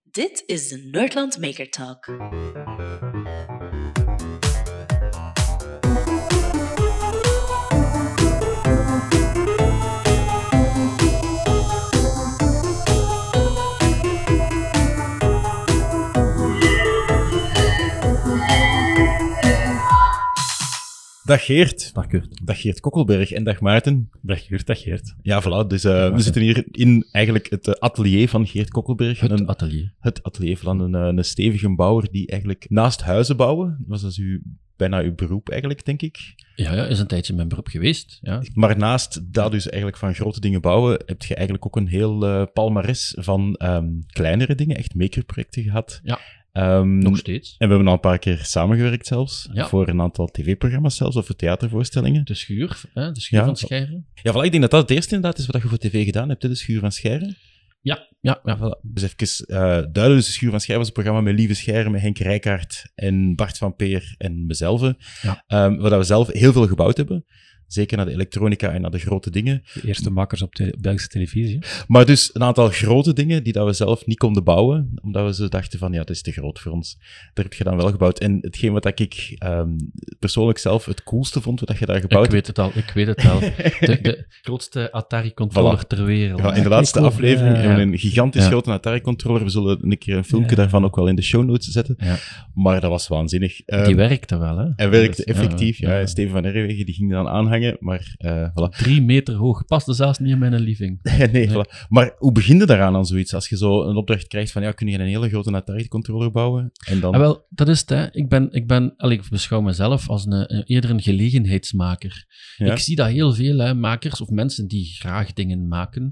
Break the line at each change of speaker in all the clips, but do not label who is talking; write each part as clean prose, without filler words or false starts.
Dit is de Nerdland Maker Talk.
Dag Geert.
Dag Kurt.
Dag Geert Kokkelberg en dag Maarten.
Dag Geert, dag Geert.
Ja, voilà. Dus we zitten hier in eigenlijk het atelier van Geert Kokkelberg.
Het atelier.
Het atelier van een stevige bouwer die eigenlijk naast huizen bouwen, was dus bijna uw beroep eigenlijk, denk ik.
Ja, is een tijdje mijn beroep geweest. Ja.
Maar naast dat dus eigenlijk van grote dingen bouwen, heb je eigenlijk ook een heel palmares van kleinere dingen, echt makerprojecten gehad.
Ja. Nog steeds.
En we hebben al een paar keer samengewerkt zelfs,
Ja.
voor een aantal tv-programma's zelfs, of voor theatervoorstellingen.
De schuur van Schijren.
Ja, voilà, ik denk dat dat het eerste inderdaad is wat je voor tv gedaan hebt, hè, de Schuur van Schijren.
Ja.
Voilà. Dus even duiden, dus de Schuur van Schijren was een programma met Lieve Schijren, met Henk Rijkaard en Bart van Peer en mezelf.
Ja.
Waar we zelf heel veel gebouwd hebben. Zeker naar de elektronica en naar de grote dingen.
De eerste makers op de Belgische televisie.
Maar dus een aantal grote dingen die dat we zelf niet konden bouwen, omdat we zo dachten van, ja, dat is te groot voor ons. Daar heb je dan wel gebouwd. En hetgeen wat ik persoonlijk zelf het coolste vond, wat je daar gebouwd hebt.
Ik weet het al. De grootste Atari-controller ter wereld.
Ja, in de laatste aflevering hebben we een gigantisch grote Atari-controller. We zullen een keer een filmpje daarvan ook wel in de show notes zetten.
Ja.
Maar dat was waanzinnig.
Die werkte wel, hè?
Hij werkte effectief,
Ja.
ja. Steven van Erwegen, die ging dan aanhangen, maar voilà.
3 meter hoog. Paste zelfs niet in mijn living.
Nee. Voilà. Maar hoe begin je daaraan aan zoiets? Als je zo een opdracht krijgt van, ja, kun je een hele grote Atari-controller bouwen? En dan...
Wel, dat is het, hè. Ik beschouw mezelf als eerder een gelegenheidsmaker.
Ja?
Ik zie dat heel veel makers of mensen die graag dingen maken,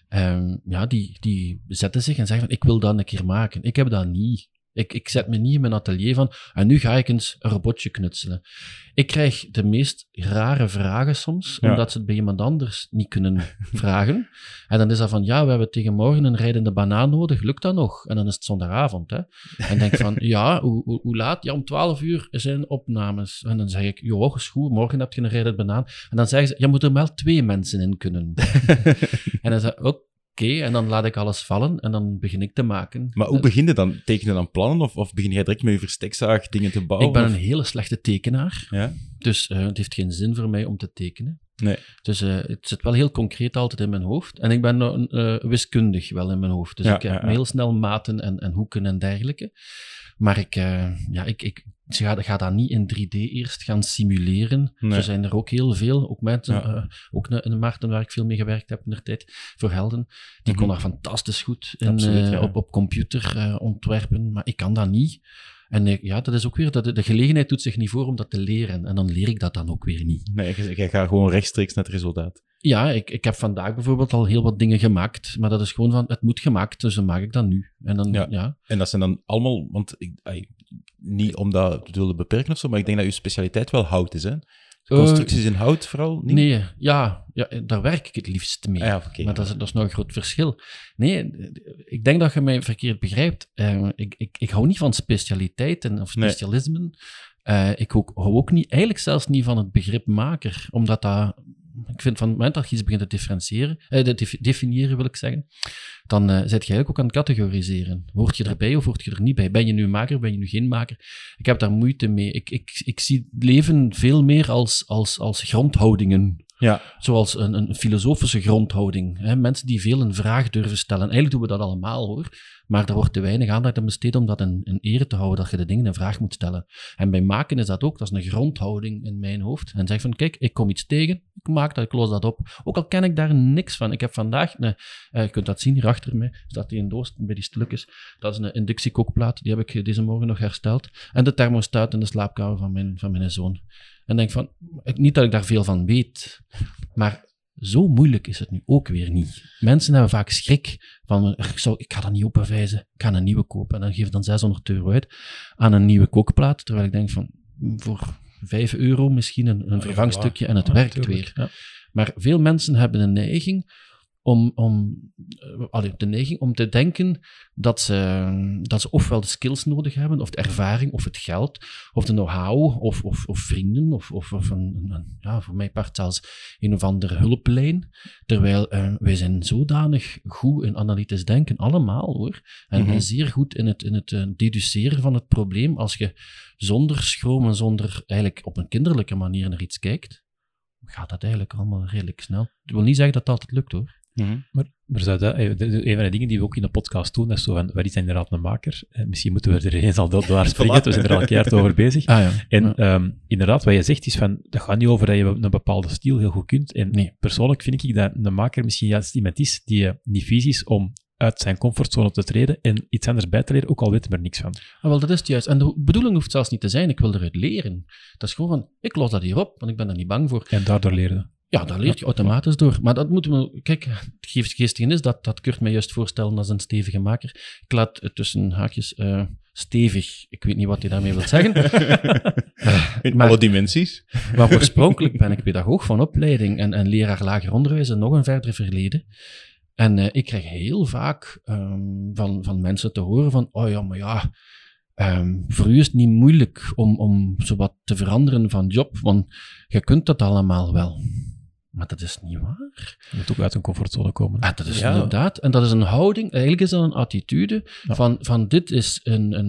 die zetten zich en zeggen van, ik wil dat een keer maken. Ik heb dat niet. Ik zet me niet in mijn atelier van, en nu ga ik eens een robotje knutselen. Ik krijg de meest rare vragen soms, omdat ze het bij iemand anders niet kunnen vragen. En dan is dat van, ja, we hebben tegen morgen een rijdende banaan nodig, lukt dat nog? En dan is het zondagavond, hè. En denk van, ja, hoe laat? Ja, om 12 uur zijn opnames. En dan zeg ik, joh, is goed, morgen heb je een rijdende banaan. En dan zeggen ze, je moet er wel 2 mensen in kunnen. En dan zeg ik, Oké, en dan laat ik alles vallen en dan begin ik te maken.
Maar hoe begin je dan? Teken je dan plannen? Of begin jij direct met je verstekzaag dingen te bouwen?
Ik ben een hele slechte tekenaar.
Ja?
Dus het heeft geen zin voor mij om te tekenen.
Nee.
Dus het zit wel heel concreet altijd in mijn hoofd. En ik ben wiskundig wel in mijn hoofd. Dus ik heb heel snel maten en hoeken en dergelijke. Maar ik ga dat niet in 3D eerst gaan simuleren.
Nee.
Zo zijn er ook heel veel. Ook mensen, ook een Maarten waar ik veel mee gewerkt heb in de tijd, voor Helden. Die kon dat fantastisch goed op computer ontwerpen. Maar ik kan dat niet. En dat is ook weer, de gelegenheid doet zich niet voor om dat te leren. En dan leer ik dat dan ook weer niet.
Nee, jij gaat gewoon rechtstreeks naar het resultaat.
Ja, ik heb vandaag bijvoorbeeld al heel wat dingen gemaakt, maar dat is gewoon van, het moet gemaakt, dus dan maak ik dat nu. En dan,
En dat zijn dan allemaal, want niet om dat te willen beperken of zo, maar ik denk dat uw specialiteit wel hout is, hè? Constructies in hout vooral? Niet?
Nee, daar werk ik het liefst mee.
Okay.
Maar dat is nog een groot verschil. Nee, ik denk dat je mij verkeerd begrijpt. Ik hou niet van specialiteiten of specialismen. Ik hou ook niet, eigenlijk zelfs niet van het begrip maker, omdat dat... Ik vind van het moment dat je iets begint te definiëren, wil ik zeggen, dan zit je eigenlijk ook aan het categoriseren. Hoort je erbij of hoort je er niet bij? Ben je nu maker, ben je nu geen maker? Ik heb daar moeite mee. Ik zie leven veel meer als grondhoudingen. Ja. Zoals een filosofische grondhouding. Hè? Mensen die veel een vraag durven stellen. Eigenlijk doen we dat allemaal, hoor. Maar er wordt te weinig aandacht aan besteed om dat in ere te houden, dat je de dingen een vraag moet stellen. En bij maken is dat ook. Dat is een grondhouding in mijn hoofd. En zeg van, kijk, ik kom iets tegen, ik maak dat, ik los dat op. Ook al ken ik daar niks van. Ik heb vandaag, je kunt dat zien, hier achter mij staat die een doos bij die stukjes. Dat is een inductiekookplaat, die heb ik deze morgen nog hersteld. En de thermostaat in de slaapkamer van mijn zoon. En denk van, niet dat ik daar veel van weet, maar zo moeilijk is het nu ook weer niet. Mensen hebben vaak schrik van, ik ga dat niet openwijzen, ik ga een nieuwe kopen. En dan geef ik dan €600 uit aan een nieuwe kookplaat, terwijl ik denk van, voor €5 misschien een vervangstukje en het werkt weer. Ja. Maar veel mensen hebben een neiging de neiging om te denken dat ze ofwel de skills nodig hebben, of de ervaring, of het geld, of de know-how, of vrienden, of voor mijn part zelfs een of andere hulplijn. Terwijl wij zijn zodanig goed in analytisch denken, allemaal hoor, en zeer goed in het deduceren van het probleem, als je zonder schroom en zonder eigenlijk op een kinderlijke manier naar iets kijkt, gaat dat eigenlijk allemaal redelijk snel. Ik wil niet zeggen dat het altijd lukt hoor.
Maar zou dat, een van de dingen die we ook in de podcast doen, is zo van, wat is inderdaad een maker? Misschien moeten we er eens al door springen, we zijn er al een keer over bezig. En inderdaad, wat je zegt is van, dat gaat niet over dat je een bepaalde stijl heel goed kunt. En persoonlijk vind ik dat een maker misschien juist iemand is die niet vies is om uit zijn comfortzone te treden en iets anders bij te leren, ook al weten we er niks van.
Wel, dat is het juist. En de bedoeling hoeft zelfs niet te zijn, ik wil eruit leren. Dat is gewoon van, ik los dat hier op, want ik ben er niet bang voor.
En daardoor leren.
Ja, daar leert je automatisch door. Maar dat moeten we... Kijk, het geestige is, dat Kurt mij juist voorstellen als een stevige maker. Ik laat tussen haakjes stevig, ik weet niet wat hij daarmee wil zeggen.
In alle dimensies.
Maar oorspronkelijk ben ik pedagoog van opleiding en leraar lager onderwijs en nog een verder verleden. En ik krijg heel vaak van mensen te horen van, oh ja, maar ja, voor u is het niet moeilijk om zowat te veranderen van job, want je kunt dat allemaal wel. Maar dat is niet waar.
Je moet ook uit een comfortzone komen.
Dat is inderdaad. En dat is een houding, eigenlijk is dat een attitude van dit is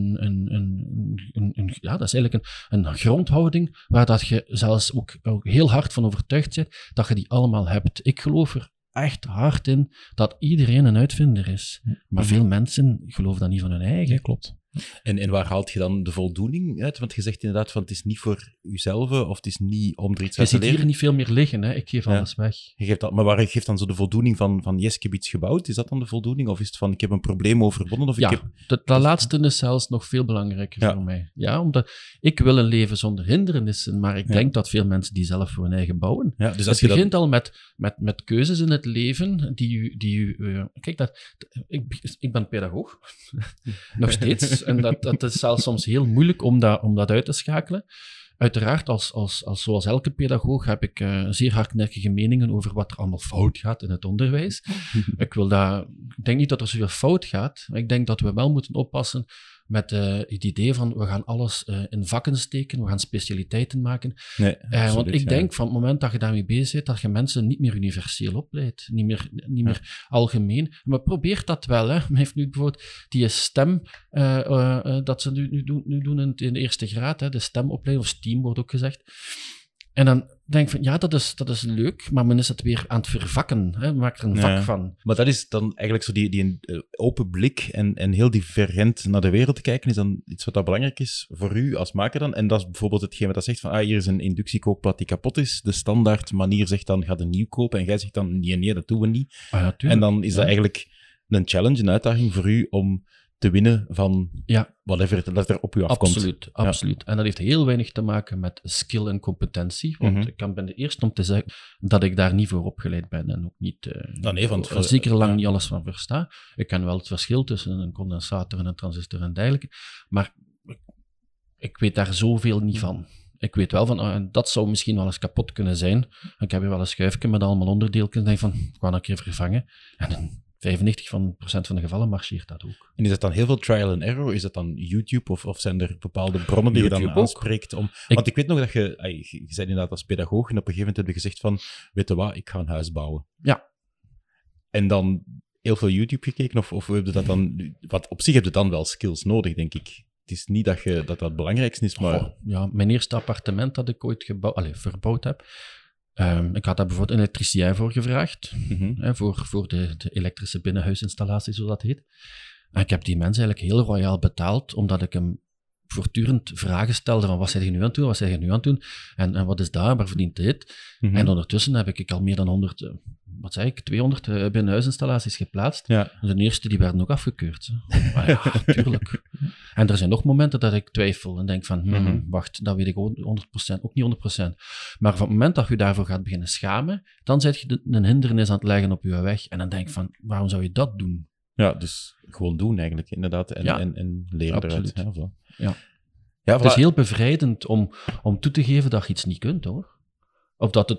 dat is eigenlijk een grondhouding waar dat je zelfs ook heel hard van overtuigd bent dat je die allemaal hebt. Ik geloof er echt hard in dat iedereen een uitvinder is. Maar veel mensen geloven dat niet van hun eigen.
Ja, klopt.
En waar haalt je dan de voldoening uit? Want je zegt inderdaad van het is niet voor jezelf of het is niet om er iets uit te leren.
Je ziet hier niet veel meer liggen, hè? Ik geef alles weg.
Je geeft dat, maar waar geeft dan zo de voldoening van yes, ik heb iets gebouwd? Is dat dan de voldoening? Of is het van ik heb een probleem overwonnen? Of
dat laatste is zelfs nog veel belangrijker voor mij. Ja, omdat ik wil een leven zonder hindernissen, maar ik denk dat veel mensen die zelf voor hun eigen bouwen. Ja, dus als het begint al met keuzes in het leven die u kijk, ik ben pedagoog, nog steeds. En dat is zelfs soms heel moeilijk om dat uit te schakelen. Uiteraard, zoals elke pedagoog, heb ik zeer hardnekkige meningen over wat er allemaal fout gaat in het onderwijs. Ik denk niet dat er zoveel fout gaat, maar ik denk dat we wel moeten oppassen met het idee van we gaan alles in vakken steken, we gaan specialiteiten maken. Nee, want ik denk van het moment dat je daarmee bezig bent, dat je mensen niet meer universeel opleidt, niet meer algemeen. Maar probeer dat wel. Hè. Men heeft nu bijvoorbeeld die stem, dat ze nu doen in de eerste graad, hè, de stemopleiding, of STEAM wordt ook gezegd. En dan denk ik van, ja, dat is leuk, maar men is het weer aan het vervakken. Hè? Maakt er een vak van.
Maar dat is dan eigenlijk zo die open blik en heel divergent naar de wereld te kijken, is dan iets wat dat belangrijk is voor u als maker dan. En dat is bijvoorbeeld hetgeen wat dat zegt van, hier is een inductiekookplaat die kapot is. De standaard manier zegt dan, ga een nieuw kopen. En jij zegt dan, nee, dat doen we niet. En dan is dat eigenlijk een challenge, een uitdaging voor u om te winnen van whatever dat er op u afkomt.
Absoluut. En dat heeft heel weinig te maken met skill en competentie, want ik ben de eerste om te zeggen dat ik daar niet voor opgeleid ben en ook niet, zeker lang niet alles van versta. Ik ken wel het verschil tussen een condensator en een transistor en dergelijke, maar ik weet daar zoveel niet van. Ik weet wel van, dat zou misschien wel eens kapot kunnen zijn. Ik heb hier wel een schuifje met allemaal onderdeeltjes en denk van, ik ga een keer vervangen. En 95% van de gevallen marcheert dat ook.
En is dat dan heel veel trial and error? Is dat dan YouTube of zijn er bepaalde bronnen die YouTube je dan aanspreekt? Want ik weet nog dat je zei inderdaad als pedagoog en op een gegeven moment heb je gezegd van, weet je wat, ik ga een huis bouwen.
Ja.
En dan heel veel YouTube gekeken of heb je dat dan... Want op zich heb je dan wel skills nodig, denk ik. Het is niet dat dat het belangrijkste is, maar...
Mijn eerste appartement dat ik ooit verbouwd heb, ik had daar bijvoorbeeld een elektricien voor gevraagd, voor de elektrische binnenhuisinstallatie, zoals dat heet. En ik heb die mensen eigenlijk heel royaal betaald, omdat ik hem voortdurend vragen stelde van wat zijn je nu aan het doen, wat zijn je nu aan het doen, en wat is daar, waar verdient dit? En ondertussen heb ik al meer dan 200 binnenhuisinstallaties geplaatst. Ja. En de eerste die werden ook afgekeurd. Maar ja, tuurlijk. En er zijn nog momenten dat ik twijfel en denk van, wacht, dat weet ik 100%, ook niet 100%. Maar van het moment dat je daarvoor gaat beginnen schamen, dan zet je een hindernis aan het leggen op je weg. En dan denk je van, waarom zou je dat doen?
Ja, dus gewoon doen eigenlijk, inderdaad. En leren
absoluut.
Eruit.
Ja, het is heel bevrijdend om toe te geven dat je iets niet kunt, hoor. Of dat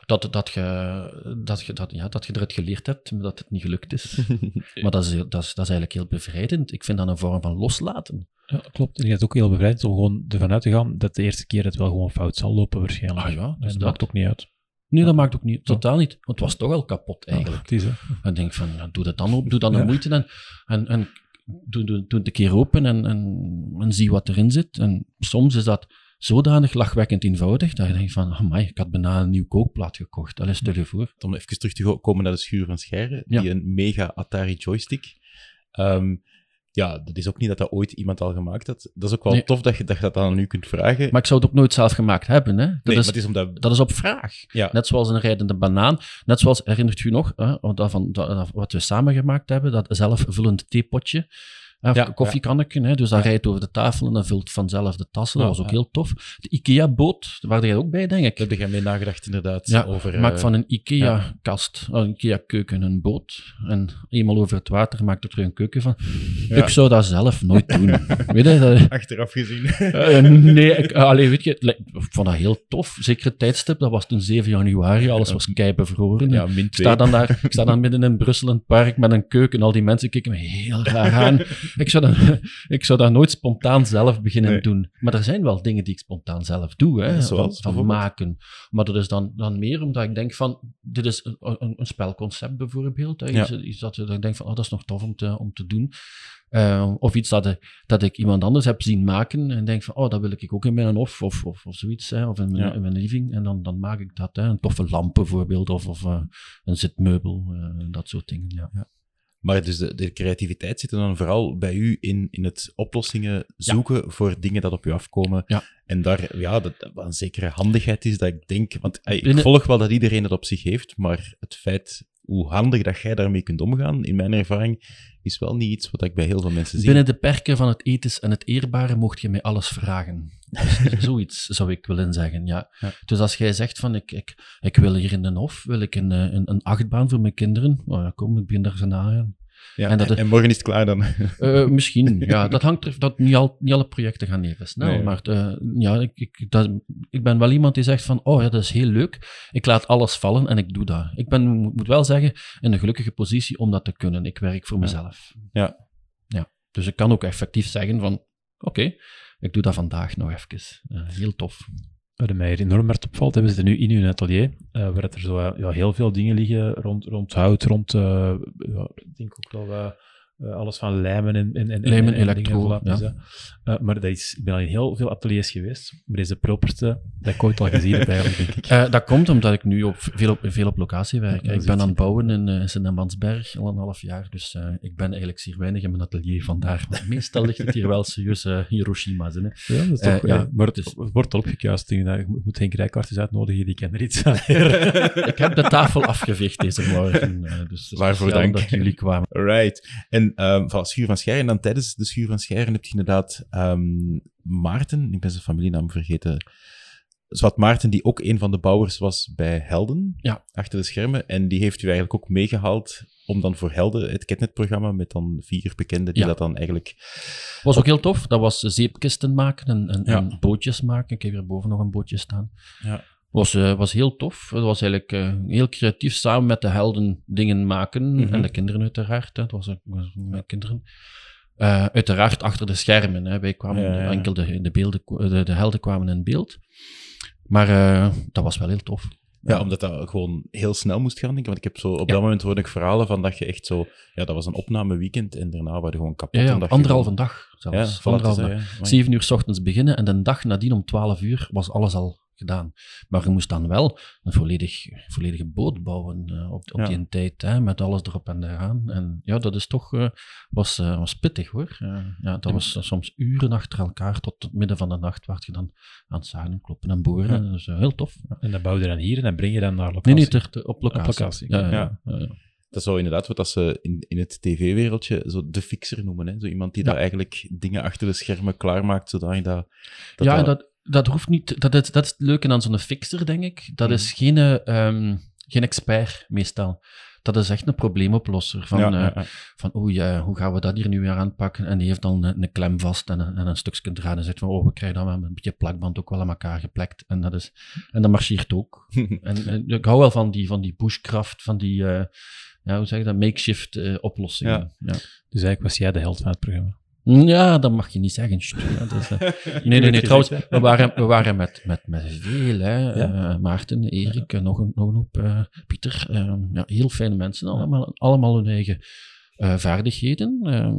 je eruit geleerd hebt, maar dat het niet gelukt is. Maar dat is eigenlijk heel bevrijdend. Ik vind dat een vorm van loslaten.
Ja, klopt. En het is ook heel bevrijdend om gewoon ervan uit te gaan dat de eerste keer het wel gewoon fout zal lopen waarschijnlijk.
Ah ja, dus
dat maakt ook niet uit.
Nee, dat maakt ook niet, totaal niet. Want het was toch al kapot eigenlijk.
Ja, het is,
En ik denk van, doe dat dan op, doe dan de moeite en doe het een keer open en zie wat erin zit. En soms is dat zodanig lachwekkend eenvoudig, dat je denkt van, amai, ik had bijna een nieuw kookplaat gekocht. Allee, stel je voor.
Om even terug te komen naar de Schuur van Scheire, die een mega Atari joystick. Dat is ook niet dat ooit iemand al gemaakt had. Dat is ook wel tof dat je dat aan nu kunt vragen.
Maar ik zou het ook nooit zelf gemaakt hebben. Hè? Dat is op vraag.
Ja.
Net zoals een rijdende banaan. Net zoals, herinnert u nog, wat we samen gemaakt hebben, dat zelfvullend theepotje. Koffiekannetje, hè, dus dat rijdt over de tafel en dan vult vanzelf de tassen. Dat was ook heel tof. De IKEA-boot, daar waren jij ook bij, denk ik.
Daar heb jij mee nagedacht, inderdaad.
Ja,
over,
maak van een IKEA-kast, een IKEA-keuken een boot. En eenmaal over het water maakt er een keuken van. Ja. Ik zou dat zelf nooit doen. Weet je, dat...
Achteraf gezien.
Weet je, ik vond dat heel tof. Zeker het tijdstip, dat was toen 7 januari, alles was keibevroren.
Ja,
ik sta dan midden in Brussel in het park met een keuken. Al die mensen kijken me heel raar aan. Ik zou dat nooit spontaan zelf beginnen doen. Maar er zijn wel dingen die ik spontaan zelf doe, hè, van maken. Maar dat is dan meer omdat ik denk van, dit is een spelconcept bijvoorbeeld. Hè, iets dat ik denk van, dat is nog tof om te doen. Of iets dat ik iemand anders heb zien maken en denk van, dat wil ik ook in mijn hof of zoiets, hè, of in mijn living. En dan maak ik dat, hè, een toffe lamp bijvoorbeeld, of een zitmeubel, dat soort dingen, ja.
Maar dus de creativiteit zit er dan vooral bij u in het oplossingen zoeken voor dingen dat op u afkomen. Ja. En daar, dat een zekere handigheid is dat ik denk... Want ik volg wel dat iedereen het op zich heeft, maar het feit hoe handig dat jij daarmee kunt omgaan, in mijn ervaring, is wel niet iets wat ik bij heel veel mensen zie.
Binnen de perken van het ethisch en het eerbare mocht je mij alles vragen. Dus zoiets zou ik willen zeggen, ja. Dus als jij zegt van, ik wil hier in de hof, wil ik een achtbaan voor mijn kinderen, kom, ik begin daar zo aan.
Ja, en morgen is het klaar dan?
Misschien, ja. Dat hangt er... Dat niet alle projecten gaan even snel. Nee. Maar ik ben wel iemand die zegt van, dat is heel leuk. Ik laat alles vallen en ik doe dat. Ik moet wel zeggen, in een gelukkige positie om dat te kunnen. Ik werk voor mezelf.
Ja.
Dus ik kan ook effectief zeggen van, oké, ik doe dat vandaag nog even. Heel tof.
Wat mij enorm hard opvalt, hebben ze er nu in hun atelier, waar er zo heel veel dingen liggen rond hout, ik denk ook wel alles van lijmen en
lijmen, elektro,
maar ik ben al in heel veel ateliers geweest, maar deze properste, dat ik ooit al gezien heb eigenlijk, denk ik.
Dat komt omdat ik nu veel op locatie werk. Ik ben aan het bouwen in Sint-Mansberg al een half jaar, dus ik ben eigenlijk zeer weinig in mijn atelier vandaar. Maar meestal ligt het hier wel serieus Hiroshima's in. Hè.
Ja, dat is toch, maar het wordt al opgekuist. Je moet geen krijgkartjes uitnodigen, die kennen er iets aan leren.
Ik heb de tafel afgeveegd deze morgen, dus
waarvoor dank
dat jullie kwamen.
Right. En van Schuur van Scheire, en dan tijdens de Schuur van Scheire heb je inderdaad Maarten, ik ben zijn familienaam vergeten, Zwart Maarten, die ook een van de bouwers was bij Helden, achter de schermen, en die heeft u eigenlijk ook meegehaald om dan voor Helden, het Ketnet-programma, met dan 4 bekenden die dat dan eigenlijk...
Was ook heel tof, dat was zeepkisten maken en bootjes maken. Ik heb hier boven nog een bootje staan. Ja. Was heel tof. Het was eigenlijk heel creatief, samen met de Helden dingen maken. En de kinderen uiteraard. Het was met kinderen. Uiteraard achter de schermen. Hè. Wij kwamen enkel de beelden, de Helden kwamen in beeld. Maar dat was wel heel tof.
Ja, omdat dat gewoon heel snel moest gaan, denk ik. Want ik heb zo, op dat moment hoorde ik verhalen van dat je echt zo... Ja, dat was een opnameweekend en daarna waren we gewoon kapot.
Ja, anderhalve dag zelfs. Ja, anderhalve dag. 7 uur 's ochtends beginnen en de dag nadien om 12 uur was alles al gedaan. Maar je moest dan wel een volledige boot bouwen op die tijd, hè, met alles erop en eraan. En ja, dat is toch... was pittig, hoor. Dat was soms uren achter elkaar, tot het midden van de nacht werd je dan aan het zagen, kloppen en boren. Dus heel tof.
En dat bouw je dan hier en dan breng je dan naar locatie?
Nee, op locatie. Ja.
Dat is zo inderdaad wat ze in het tv-wereldje zo de fixer noemen. Hè? Zo iemand die daar eigenlijk dingen achter de schermen klaarmaakt, zodat
dat hoeft niet... Dat is het leuke aan zo'n fixer, denk ik. Dat is geen expert, meestal. dat is echt een probleemoplosser. Van hoe gaan we dat hier nu weer aanpakken? En die heeft dan een klem vast en een stukje draad en zegt van, we krijgen dan met een beetje plakband ook wel aan elkaar geplakt. En dat marcheert ook. en ik hou wel van die bushcraft, van die, hoe zeg je dat, makeshift oplossingen. Ja.
Dus eigenlijk was jij de held van het programma.
Ja, dat mag je niet zeggen. Nee, trouwens, we waren met veel, hè. Ja. Maarten, Erik, nog een hoop, Pieter. Heel fijne mensen, allemaal hun eigen vaardigheden,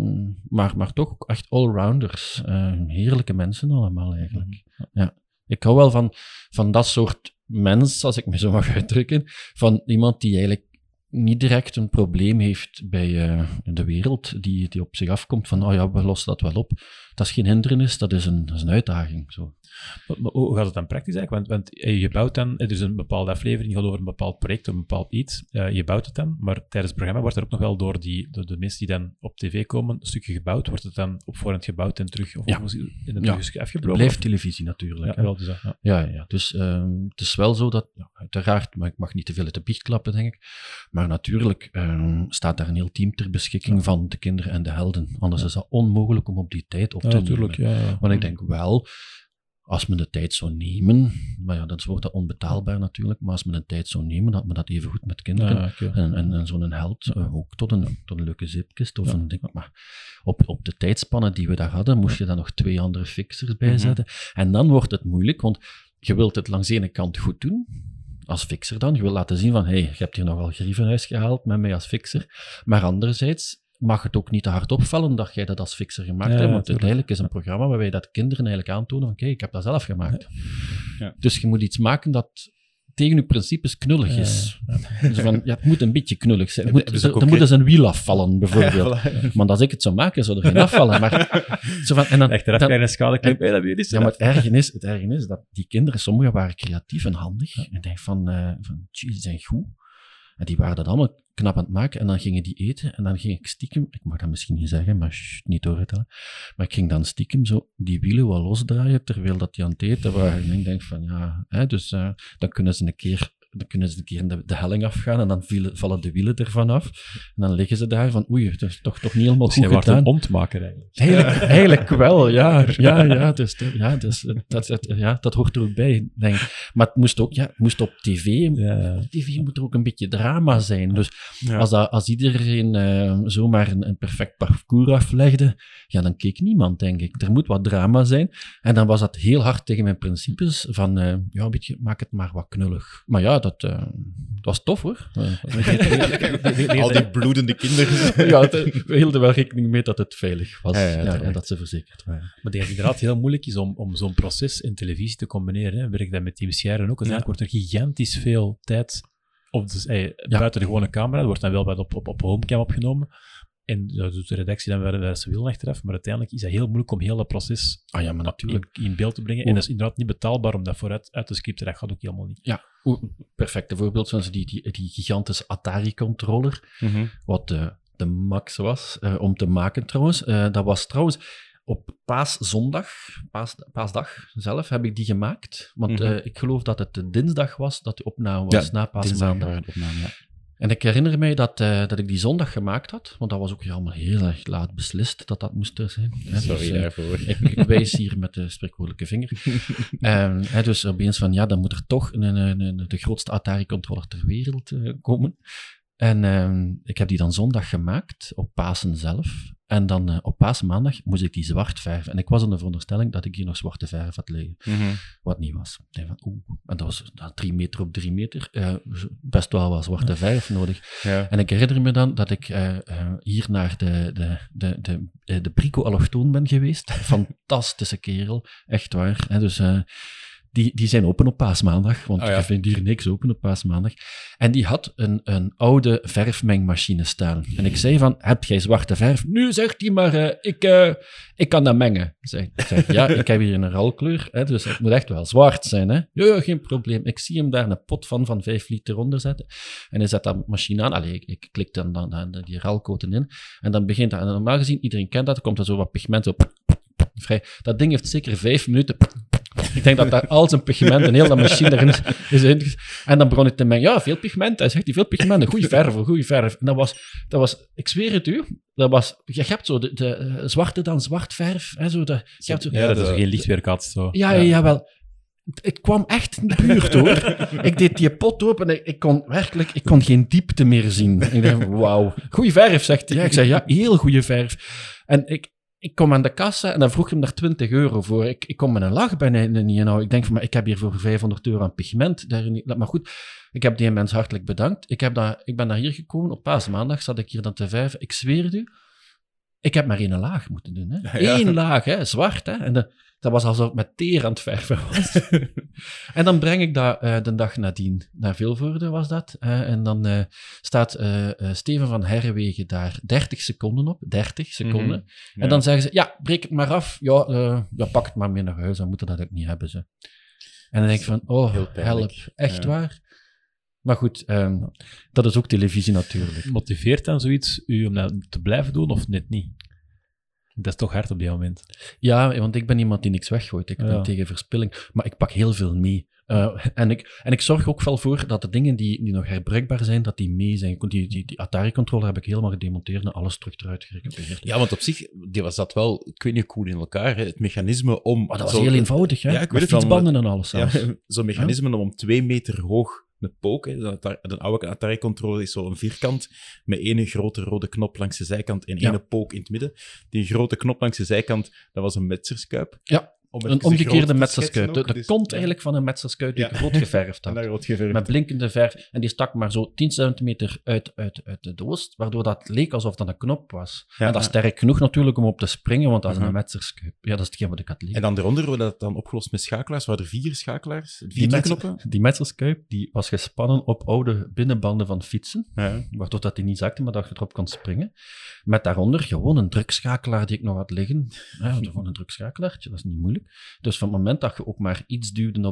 maar toch ook echt allrounders. Heerlijke mensen allemaal, eigenlijk. Ja. Ik hou wel van dat soort mens, als ik me zo mag uitdrukken, van iemand die eigenlijk niet direct een probleem heeft bij de wereld die op zich afkomt van, we lossen dat wel op. Dat is geen hindernis, dat is een uitdaging. Zo.
Maar hoe gaat het dan praktisch eigenlijk? Want je bouwt dan, dus een bepaalde aflevering gaat over een bepaald project, een bepaald iets. Je bouwt het dan, maar tijdens het programma wordt er ook nog wel door de mensen die dan op tv komen, een stukje gebouwd. Wordt het dan op voorhand gebouwd en terug, of terug afgebroken?
Het blijft televisie natuurlijk.
Ja, wel, dus dat,
ja. Dus het is wel zo dat, uiteraard, maar ik mag niet te veel uit de biecht klappen, denk ik. Maar natuurlijk staat daar een heel team ter beschikking van de kinderen en de helden. Anders is dat onmogelijk om op die tijd op te nemen.
Ja.
Want ik denk wel, als men de tijd zou nemen, maar ja, dan wordt dat onbetaalbaar natuurlijk, maar als men de tijd zou nemen, dat men dat even goed met kinderen en zo'n held ook tot een leuke zipkist of een ding. Maar op de tijdspannen die we daar hadden, moest je daar nog 2 andere fixers bij zetten. En dan wordt het moeilijk, want je wilt het langs de ene kant goed doen, als fixer dan. Je wil laten zien van, je hebt hier nogal grievenhuis gehaald met mij als fixer. Maar anderzijds mag het ook niet te hard opvallen dat jij dat als fixer gemaakt hebt. Want uiteindelijk is een programma waarbij dat kinderen eigenlijk aantonen van, kijk, ik heb dat zelf gemaakt. Ja. Dus je moet iets maken dat tegen je principes knullig is. Dus van, het moet een beetje knullig zijn. Er moet eens een wiel afvallen, bijvoorbeeld. Maar als ik het zou maken, zou er geen afvallen. Maar, zo van, en dan,
achteraf krijg je een schadeclip.
Maar het erge is dat die kinderen, sommigen waren creatief en handig. En ik denk van die zijn goed. En die waren dat allemaal knap aan het maken. En dan gingen die eten. En dan ging ik stiekem, ik mag dat misschien niet zeggen, maar niet doorvertellen. Maar ik ging dan stiekem zo die wielen wel losdraaien, terwijl dat die aan het eten waren. En ik denk van, dan kunnen ze een keer de helling afgaan en dan vallen de wielen ervan af. En dan liggen ze daar van, oei, het is toch niet helemaal goed gedaan.
Jij wordt een ontmaker eigenlijk.
Eigenlijk wel, ja. Dat hoort er ook bij, denk ik. Maar het moest op tv. Op tv moet er ook een beetje drama zijn. Dus als iedereen zomaar een perfect parcours aflegde, dan keek niemand, denk ik. Er moet wat drama zijn. En dan was dat heel hard tegen mijn principes van, een beetje, maak het maar wat knullig. Maar ja, dat was tof, hoor.
Al die bloedende kinderen.
We hielden wel rekening mee dat het veilig was. En dat ze verzekerd waren.
Maar ik denk dat het inderdaad heel moeilijk is om zo'n proces in televisie te combineren. Hè. Werk dat met Team Sierra ook. Uiteindelijk wordt er gigantisch veel tijd buiten de gewone camera. Er wordt dan wel wat op homecam opgenomen. En dat doet de redactie dan wel ze wil achteraf, maar uiteindelijk is dat heel moeilijk om heel dat proces
maar natuurlijk
in beeld te brengen. En dat is inderdaad niet betaalbaar om dat vooruit uit te scripten. Dat gaat ook helemaal niet.
Ja, perfecte voorbeeld zoals die gigantische Atari-controller, wat de max was om te maken trouwens. Dat was trouwens op Paasdag zelf heb ik die gemaakt. Want ik geloof dat het de dinsdag was dat de opname was na Paasmaandag. En ik herinner mij dat ik die zondag gemaakt had, want dat was ook allemaal heel erg laat beslist dat moest zijn.
Sorry daarvoor.
Ik wijs hier met de spreekwoordelijke vinger. Dus opeens van, dan moet er toch de grootste Atari-controller ter wereld komen. En ik heb die dan zondag gemaakt, op Pasen zelf. En dan op Paasmaandag moest ik die zwart verven. En ik was in de veronderstelling dat ik hier nog zwarte verf had liggen. Wat niet was. Ik denk van, en dat was 3 meter op 3 meter. Best wel wat zwarte verf nodig. Ja. En ik herinner me dan dat ik hier naar de Brico Allochtoon ben geweest. Fantastische kerel. Echt waar. Dus... Die zijn open op Paasmaandag, want je vindt hier niks open op Paasmaandag. En die had een oude verfmengmachine staan. En ik zei van, heb jij zwarte verf? Nu, zegt hij, maar ik kan dat mengen. Ik zeg, ik heb hier een ralkleur, dus het moet echt wel zwart zijn. Hè? Ja, geen probleem. Ik zie hem daar een pot van 5 liter onder zetten. En hij zet dat machine aan. Ik klik dan die ralkoten in. En dan begint dat. En normaal gezien, iedereen kent dat, er komt er zo wat pigment op. Vrij. Dat ding heeft zeker 5 minuten... Ik denk dat daar al zijn pigment en heel dat machine erin is in. En dan begon ik te mengen. Ja, veel pigment. Hij zegt, veel pigmenten. Goeie verf. En dat was, ik zweer het u, je hebt zo de zwarte dan zwart verf. Hè, zo je hebt zo,
dat is geen lichtweerkaats. Zo.
Ja, wel. Het kwam echt in de buurt, hoor. Ik deed die pot open en ik kon geen diepte meer zien. Ik dacht, wauw. Goeie verf, zegt hij. Ja, ik zei, ja, heel goede verf. En ik kom aan de kassa en dan vroeg hij hem daar €20 voor. Ik kom met een lach bijna niet in. Ik denk van, maar ik heb hier voor €500 aan pigment. Maar goed, ik heb die mens hartelijk bedankt. Ik ben naar hier gekomen. Op paasmaandag zat ik hier dan te vijven. Ik zweer het u. Ik heb maar één laag moeten doen. Hè.
Ja.
Eén laag, hè, zwart. Hè. En dat was alsof ik met teer aan het verven was. En dan breng ik dat de dag nadien naar Vilvoorde, was dat. En dan staat Steven van Herwegen daar 30 seconden op. 30 seconden.
Mm-hmm. Ja.
En dan zeggen ze, ja, breek het maar af. Ja, pak het maar mee naar huis. Dan moeten dat ook niet hebben, ze. En dan denk ik van, help. Echt waar? Maar goed, dat is ook televisie natuurlijk.
Motiveert dan zoiets u om dat te blijven doen of net niet? Dat is toch hard op die moment.
Ja, want ik ben iemand die niks weggooit. Ik ben tegen verspilling. Maar ik pak heel veel mee. En ik zorg ook wel voor dat de dingen die nog herbruikbaar zijn, dat die mee zijn. Die Atari-controller heb ik helemaal gedemonteerd en alles terug eruit gerecupereerd.
Ja, want op zich zat wel, ik weet niet cool in elkaar, hè, het mechanisme om...
Maar dat was heel eenvoudig, hè?
Ja, ik weet
met
het
fietsbanden en alles zelfs.
Ja, zo'n mechanisme om 2 meter hoog een pook, hè, de oude Atari-controller is zo een vierkant met één grote rode knop langs de zijkant en één pook in het midden. Die grote knop langs de zijkant, dat was een metserskuip.
Ja. Een omgekeerde metserskuip. De
dus,
kont eigenlijk van een metserskuip die rood geverfd had. Met blinkende verf. En die stak maar zo 10 centimeter uit de doos, waardoor dat leek alsof dat een knop was. Ja, en dat is sterk genoeg natuurlijk om op te springen, want dat is een metserskuip. Ja, dat is hetgeen wat ik had liggen.
En dan eronder wordt dat dan opgelost met schakelaars. Waren er 4 schakelaars? 4 knoppen?
Die metserskuip die was gespannen op oude binnenbanden van fietsen, waardoor dat die niet zakte, maar dat je erop kon springen. Met daaronder gewoon een drukschakelaar die ik nog had liggen. Ja, gewoon een drukschakelaartje, dat is niet moeilijk. Dus van het moment dat je ook maar iets duwde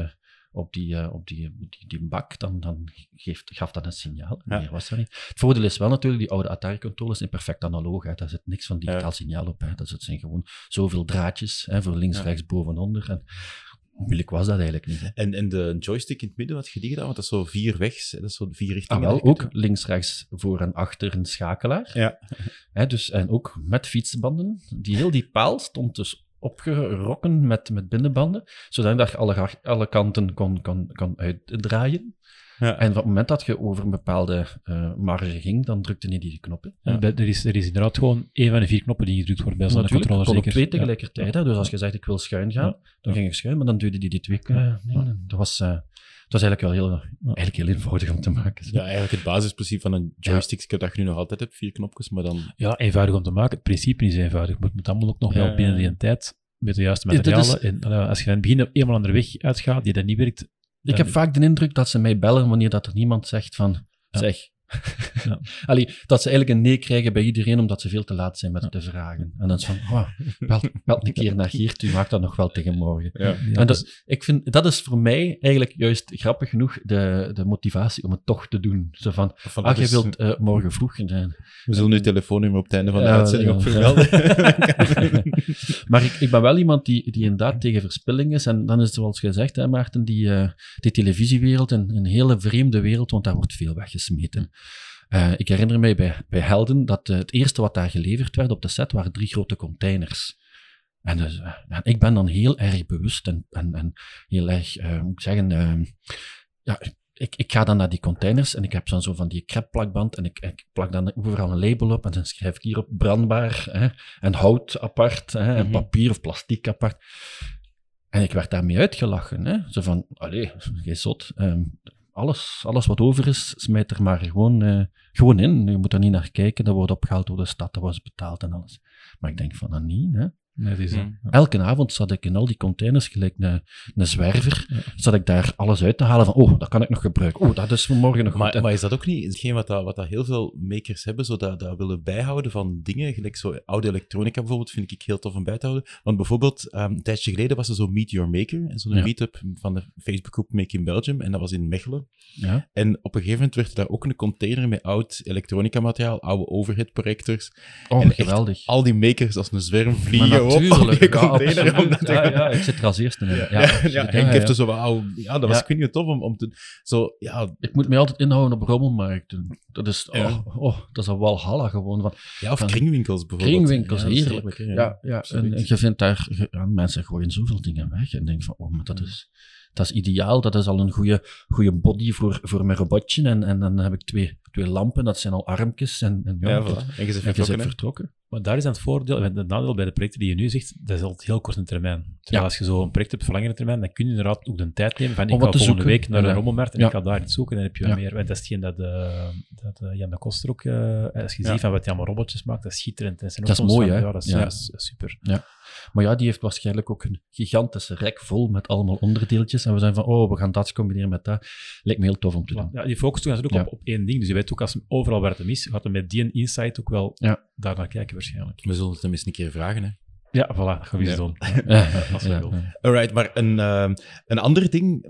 op die bak, dan gaf dat een signaal. Meer was er niet. Het voordeel is wel natuurlijk, die oude Atari-controllers zijn perfect analoog. Hè. Daar zit niks van digitaal signaal op. Hè. Het zijn gewoon zoveel draadjes, hè, voor links, rechts, boven, onder. En moeilijk was dat eigenlijk niet. Hè.
En de joystick in het midden, wat je die gedaan? Want dat is zo 4 wegs, dat is zo 4 richtingen.
Wel, ook links, rechts, voor en achter een schakelaar. Ja. Hè, dus, en ook met fietsbanden. Die paal stond dus opgerokken met binnenbanden, zodat je alle kanten kon uitdraaien. Ja. En op het moment dat je over een bepaalde marge ging, dan drukte je die knoppen.
Ja. Er is inderdaad gewoon 1 van de 4 knoppen die gedrukt worden bij zo'n controller.
Kon op 2 tegelijkertijd. Ja. Dus als je zegt, ik wil schuin gaan, dan ging ik schuin, maar dan duwde die 2. Dat was eigenlijk wel heel eenvoudig om te maken.
Ja, eigenlijk het basisprincipe van een joystick dat je nu nog altijd hebt, 4 knopjes, maar dan...
Ja, eenvoudig om te maken. Het principe is eenvoudig, maar het moet allemaal ook nog wel binnen die tijd met de juiste materialen. En als je aan het begin eenmaal aan de weg uitgaat die dat niet werkt...
Ik heb vaak de indruk dat ze mij bellen wanneer dat er niemand zegt van... Zeg... Ja. Allee, dat ze eigenlijk een nee krijgen bij iedereen omdat ze veel te laat zijn met de vragen. En dan is van, bel een keer naar Geert, u maakt dat nog wel tegen morgen. Ja. En ik vind, dat is voor mij eigenlijk juist grappig genoeg de motivatie om het toch te doen. Zo van jij wilt morgen vroeg zijn.
We zullen uw telefoonnummer op het einde van de uitzending ook vermelden.
Maar ik ben wel iemand die inderdaad tegen verspilling is. En dan is het zoals gezegd, hè, Maarten, die televisiewereld, een hele vreemde wereld, want daar wordt veel weggesmeten. Ik herinner mij bij Helden dat het eerste wat daar geleverd werd op de set waren 3 grote containers. En dus, ik ben dan heel erg bewust en heel erg, moet ik zeggen, ik ga dan naar die containers en ik heb dan zo van die crepplakband en ik plak dan overal een label op en dan schrijf ik hier op brandbaar, en hout apart, en papier of plastic apart. En ik werd daarmee uitgelachen. Hè? Zo van, allee, geen zot. Alles wat over is, smijt er maar gewoon in. Je moet er niet naar kijken, dat wordt opgehaald door de stad, dat was betaald en alles. Maar ik denk van, niet, hè.
Nee, dat is
Elke avond zat ik in al die containers, gelijk een zwerver, zat ik daar alles uit te halen van, dat kan ik nog gebruiken. Dat is vanmorgen nog goed.
Maar is dat ook niet hetgeen wat dat heel veel makers hebben, zo dat willen bijhouden van dingen, gelijk zo oude elektronica bijvoorbeeld, vind ik heel tof om bij te houden. Want bijvoorbeeld, een tijdje geleden was er zo Meet Your Maker, zo'n meetup van de Facebookgroep Make in Belgium, en dat was in Mechelen. Ja. En op een gegeven moment werd er daar ook een container met oud elektronica materiaal, oude overhead projectors.
Geweldig.
Al die makers als een zwerm vliegen
natuurlijk.
je container.
Absoluut. Ja, ik zit er als eerste in.
En ik heb er zo wat, dat was ik niet tof om te... Zo, ja.
Ik moet mij altijd inhouden op rommelmarkten. Dat is, dat is een walhalla gewoon.
Of kringwinkels bijvoorbeeld.
Kringwinkels, heerlijk. En je vindt daar... mensen gooien zoveel dingen weg en denk van, maar dat is ideaal. Dat is al een goede body voor mijn robotje. En dan heb ik twee lampen, dat zijn al armpjes. En
voilà. En je bent
vertrokken.
Maar daar is dan het voordeel, het nadeel bij de projecten die je nu zegt, dat is altijd heel korte termijn. Terwijl als je zo een project hebt voor langere termijn, dan kun je inderdaad ook de tijd nemen van ik ga volgende week naar een rommelmarkt en ik ga daar iets zoeken en dan heb je wat meer. Want dat is hetgeen dat Jan de Koster ook, als je ziet van wat hij allemaal robotjes maakt, dat is schitterend. Dat
is mooi, hè?
Ja, dat is super.
Ja. Maar die heeft waarschijnlijk ook een gigantische rek vol met allemaal onderdeeltjes. En we zijn van, we gaan dat combineren met dat. Lijkt me heel tof om te doen.
Ja, die focust toen ook op één ding. Dus je weet ook, als overal waar het mis, gaat hij met die insight ook wel daar naar kijken waarschijnlijk.
We zullen het hem eens een keer vragen, hè.
Ja, voilà, dat gaan we eens doen. Dat is wel goed.
Alright, maar een ander ding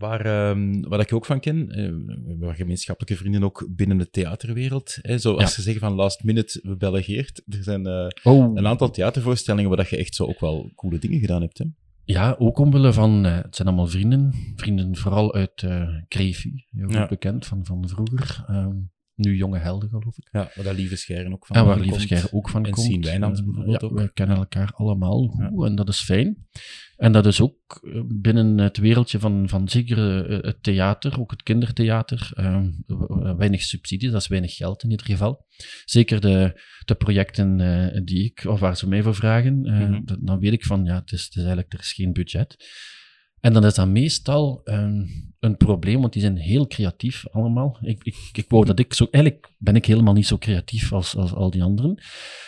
waar ik ook van ken, waar gemeenschappelijke vrienden ook binnen de theaterwereld, zoals ze zeggen van last minute, we bellen Geert. Er zijn een aantal theatervoorstellingen waar je echt zo ook wel coole dingen gedaan hebt, hè?
Ja, ook omwille van, het zijn allemaal vrienden vooral uit Kreefy, ook bekend van vroeger. Nu Jonge Helden, geloof ik.
Ja, waar dat Lieve Scheiren ook van
komt. En waar Lieve Scheiren ook van komt.
En Sien Wijnands bijvoorbeeld ook.
We kennen elkaar allemaal goed en dat is fijn. En dat is ook binnen het wereldje van zeker het theater, ook het kindertheater, weinig subsidies, dat is weinig geld in ieder geval. Zeker de projecten waar ze mij voor vragen, dan weet ik van, het is eigenlijk, er is geen budget. En dan is dat meestal een probleem, want die zijn heel creatief allemaal. Ik wou dat eigenlijk ben ik helemaal niet zo creatief als al die anderen.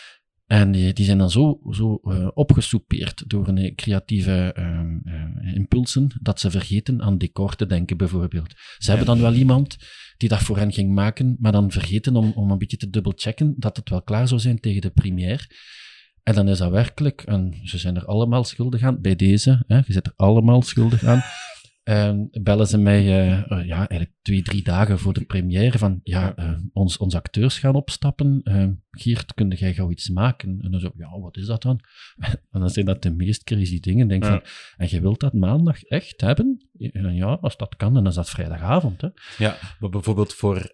En die zijn dan zo opgesoupeerd door een creatieve impulsen, dat ze vergeten aan decor te denken, bijvoorbeeld. Ze hebben dan wel iemand die dat voor hen ging maken, maar dan vergeten om een beetje te dubbelchecken dat het wel klaar zou zijn tegen de première. En dan is dat werkelijk, en ze zijn er allemaal schuldig aan, bij deze, je zit er allemaal schuldig aan, bellen ze mij eigenlijk 2-3 dagen voor de première van, onze acteurs gaan opstappen, Geert, kun jij gauw iets maken? En dan zo, wat is dat dan? En dan zijn dat de meest crazy dingen, denk van, en je wilt dat maandag echt hebben? Ja, als dat kan, dan is dat vrijdagavond, hè.
Ja, maar bijvoorbeeld voor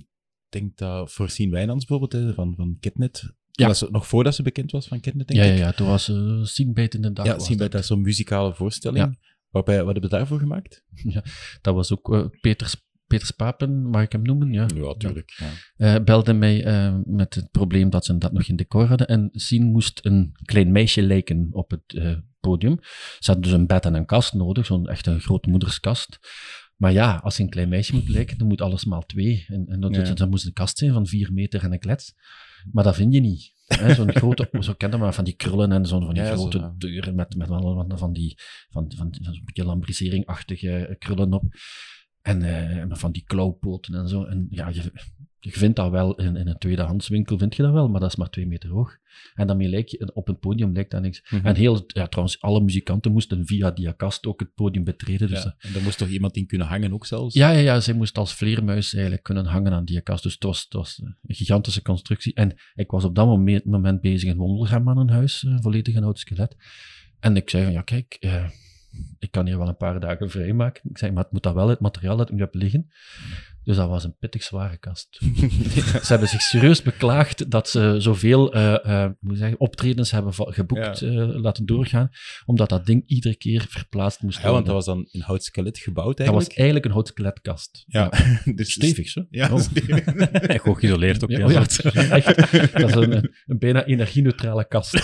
Sien Wijnands bijvoorbeeld, van Ketnet. Ja. Nog voordat ze bekend was van Ketnet, denk ik.
Ja, toen was Sien Bijt in de dag.
Ja, Sien Bijt, dat is zo'n muzikale voorstelling. Ja. Wat hebben we daarvoor gemaakt?
Ja, dat was ook Peters Papen, mag ik hem noemen? Ja,
tuurlijk.
Belde mij met het probleem dat ze dat nog in decor hadden. En Sien moest een klein meisje lijken op het podium. Ze had dus een bed en een kast nodig, zo'n echt een grootmoederskast. Maar ja, als je een klein meisje moet lijken, dan moet alles maal 2. En dat moest een kast zijn van 4 meter en een klets. Maar dat vind je niet. Zo'n grote, zo kent je maar van die krullen en van die grote deuren met van zo'n beetje lambrisering-achtige krullen op. En van die klauwpoten en zo. En ja, je vindt dat wel in een tweedehandswinkel, vind je dat wel, maar dat is maar 2 meter hoog. En daarmee lijkt je, op een podium lijkt dat niks. En trouwens, alle muzikanten moesten via die kast ook het podium betreden. Dus
en daar moest toch iemand in kunnen hangen ook zelfs?
Ja, zij moest als vleermuis eigenlijk kunnen hangen aan die kast. Dus het was een gigantische constructie. En ik was op dat moment bezig in Wondelgem aan een huis, volledig een oud skelet. En ik zei van, kijk, ik kan hier wel een paar dagen vrijmaken. Ik zei, maar het moet dan wel het materiaal dat ik nu heb liggen. Dus dat was een pittig zware kast. Ze hebben zich serieus beklaagd dat ze zoveel optredens hebben geboekt, laten doorgaan, omdat dat ding iedere keer verplaatst moest worden.
Ja, want dat was dan een houtskelet gebouwd eigenlijk?
Dat was eigenlijk een houtskeletkast.
Ja. Dus
stevig, zo.
Ja,
echt goed geïsoleerd ook.
Echt, dat is een bijna energie-neutrale kast.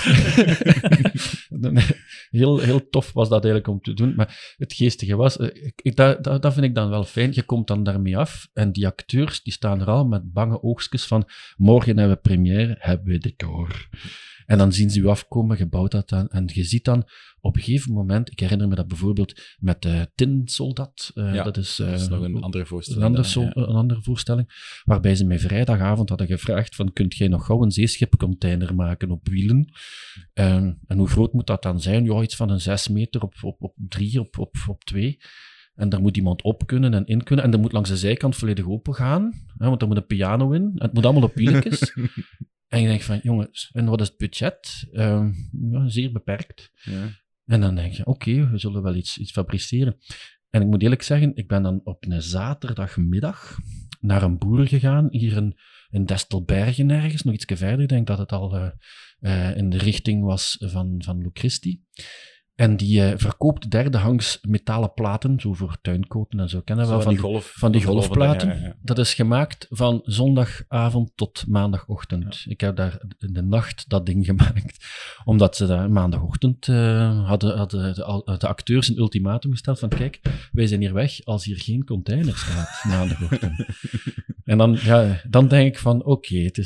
Heel tof was dat eigenlijk om te doen, maar het geestige was, dat vind ik dan wel fijn, je komt dan daarmee af en die acteurs die staan er al met bange oogstjes van morgen hebben we première, hebben we decor. En dan zien ze u afkomen, je bouwt dat aan en je ziet dan op een gegeven moment, ik herinner me dat bijvoorbeeld met de Tin Soldat, dat is
nog een andere voorstelling.
Een andere voorstelling, waarbij ze mij vrijdagavond hadden gevraagd van, kunt jij nog gauw een zeeschipcontainer maken op wielen? En hoe groot moet dat dan zijn? Ja, iets van een 6 meter op 3, op 2. En daar moet iemand op kunnen en in kunnen. En dat moet langs de zijkant volledig open gaan, want er moet een piano in. En het moet allemaal op wieltjes. En je denkt van, jongens, en wat is het budget? Zeer beperkt.
Ja.
En dan denk je, oké, we zullen wel iets fabriceren. En ik moet eerlijk zeggen, ik ben dan op een zaterdagmiddag naar een boer gegaan, hier in Destelbergen ergens, nog iets verder. Ik denk dat het al in de richting was van Locristi. En die verkoopt derdehangs metalen platen, zo voor tuinkoten en zo. Kennen we wel van die golfplaten.
Ja.
Dat is gemaakt van zondagavond tot maandagochtend. Ja. Ik heb daar in de nacht dat ding gemaakt. Omdat ze daar maandagochtend hadden de acteurs een ultimatum gesteld van kijk, wij zijn hier weg als hier geen container staat maandagochtend. En dan denk ik van oké, het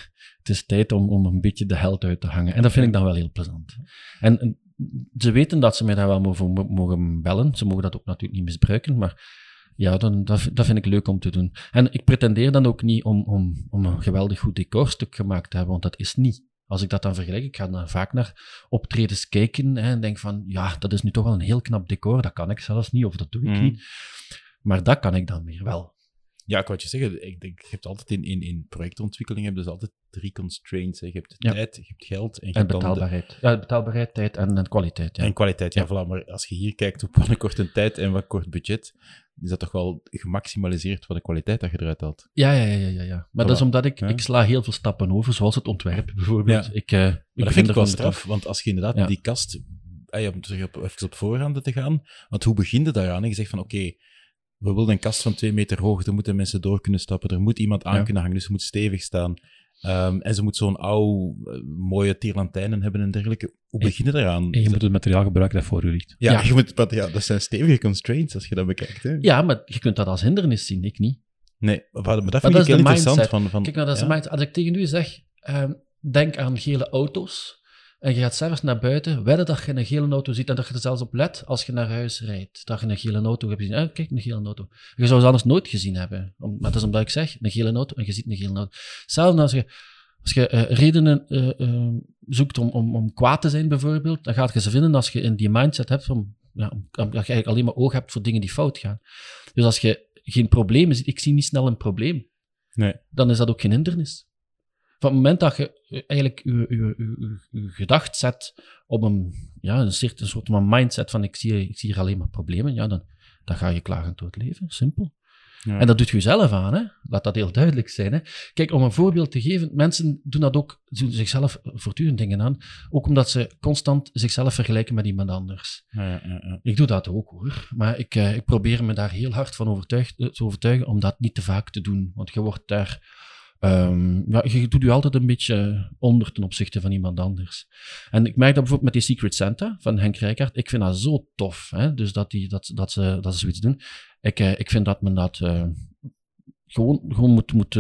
is tijd om een beetje de held uit te hangen. En dat vind ik dan wel heel plezant. En ze weten dat ze mij daar wel mogen bellen. Ze mogen dat ook natuurlijk niet misbruiken, maar ja, dat vind ik leuk om te doen. En ik pretendeer dan ook niet om een geweldig goed decorstuk gemaakt te hebben, want dat is niet. Als ik dat dan vergelijk, ik ga dan vaak naar optredens kijken en denk van, ja, dat is nu toch wel een heel knap decor, dat kan ik zelfs niet, of dat doe ik niet. Maar dat kan ik dan weer wel.
Ja, ik wou je zeggen, ik denk, je hebt altijd in projectontwikkeling heb je dus altijd 3 constraints. Hè. Je hebt tijd, je hebt geld en je hebt
betaalbaarheid. Betaalbaarheid, tijd en kwaliteit. Ja.
En kwaliteit, ja. Voilà. Maar als je hier kijkt op wat een korte tijd en wat kort budget, is dat toch wel gemaximaliseerd wat de kwaliteit dat je eruit haalt.
Ja. Maar dat is omdat ik sla heel veel stappen over, zoals het ontwerp bijvoorbeeld.
Ja. Dat vind ik wel straf, want als je inderdaad die kast, om even op voorhanden te gaan, want hoe begin je daaraan? Je zegt van oké, we willen een kast van 2 meter hoog, er moeten mensen door kunnen stappen, er moet iemand aan kunnen hangen, dus ze moet stevig staan. En ze moet zo'n mooie tierlantijnen hebben en dergelijke. Hoe begin je daaraan?
En je moet het materiaal gebruiken dat voor je ligt.
Ja. Je moet dat zijn stevige constraints als je dat bekijkt. Hè?
Ja, maar je kunt dat als hindernis zien, ik niet.
Nee, maar dat vind ik heel interessant.
Kijk, dat is de mindset. Als ik tegen u zeg, denk aan gele auto's, en je gaat zelfs naar buiten, wedden dat je een gele auto ziet en dat je er zelfs op let als je naar huis rijdt, dat je een gele auto hebt gezien. Kijk, een gele auto. Je zou ze anders nooit gezien hebben. Maar dat is omdat ik zeg, een gele auto en je ziet een gele auto. Zelfs als je redenen zoekt om kwaad te zijn bijvoorbeeld, dan gaat je ze vinden als je in die mindset hebt van, dat je eigenlijk alleen maar oog hebt voor dingen die fout gaan. Dus als je geen problemen ziet, ik zie niet snel een probleem, dan is dat ook geen hindernis. Van het moment dat je eigenlijk je gedacht zet op een soort van mindset van ik zie hier alleen maar problemen, dan ga je klagend door het leven. Simpel. Ja. En dat doet je zelf aan, hè? Laat dat heel duidelijk zijn. Hè? Kijk, om een voorbeeld te geven, mensen doen zichzelf voortdurend dingen aan, ook omdat ze constant zichzelf vergelijken met iemand anders. Ja. Ik doe dat ook, hoor. Maar ik probeer me daar heel hard van te overtuigen om dat niet te vaak te doen, want je wordt daar... je doet je altijd een beetje onder ten opzichte van iemand anders. En ik merk dat bijvoorbeeld met die Secret Santa van Henk Rijkaard, ik vind dat zo tof, hè? Dus dat ze zoiets doen. Ik vind dat men dat gewoon moet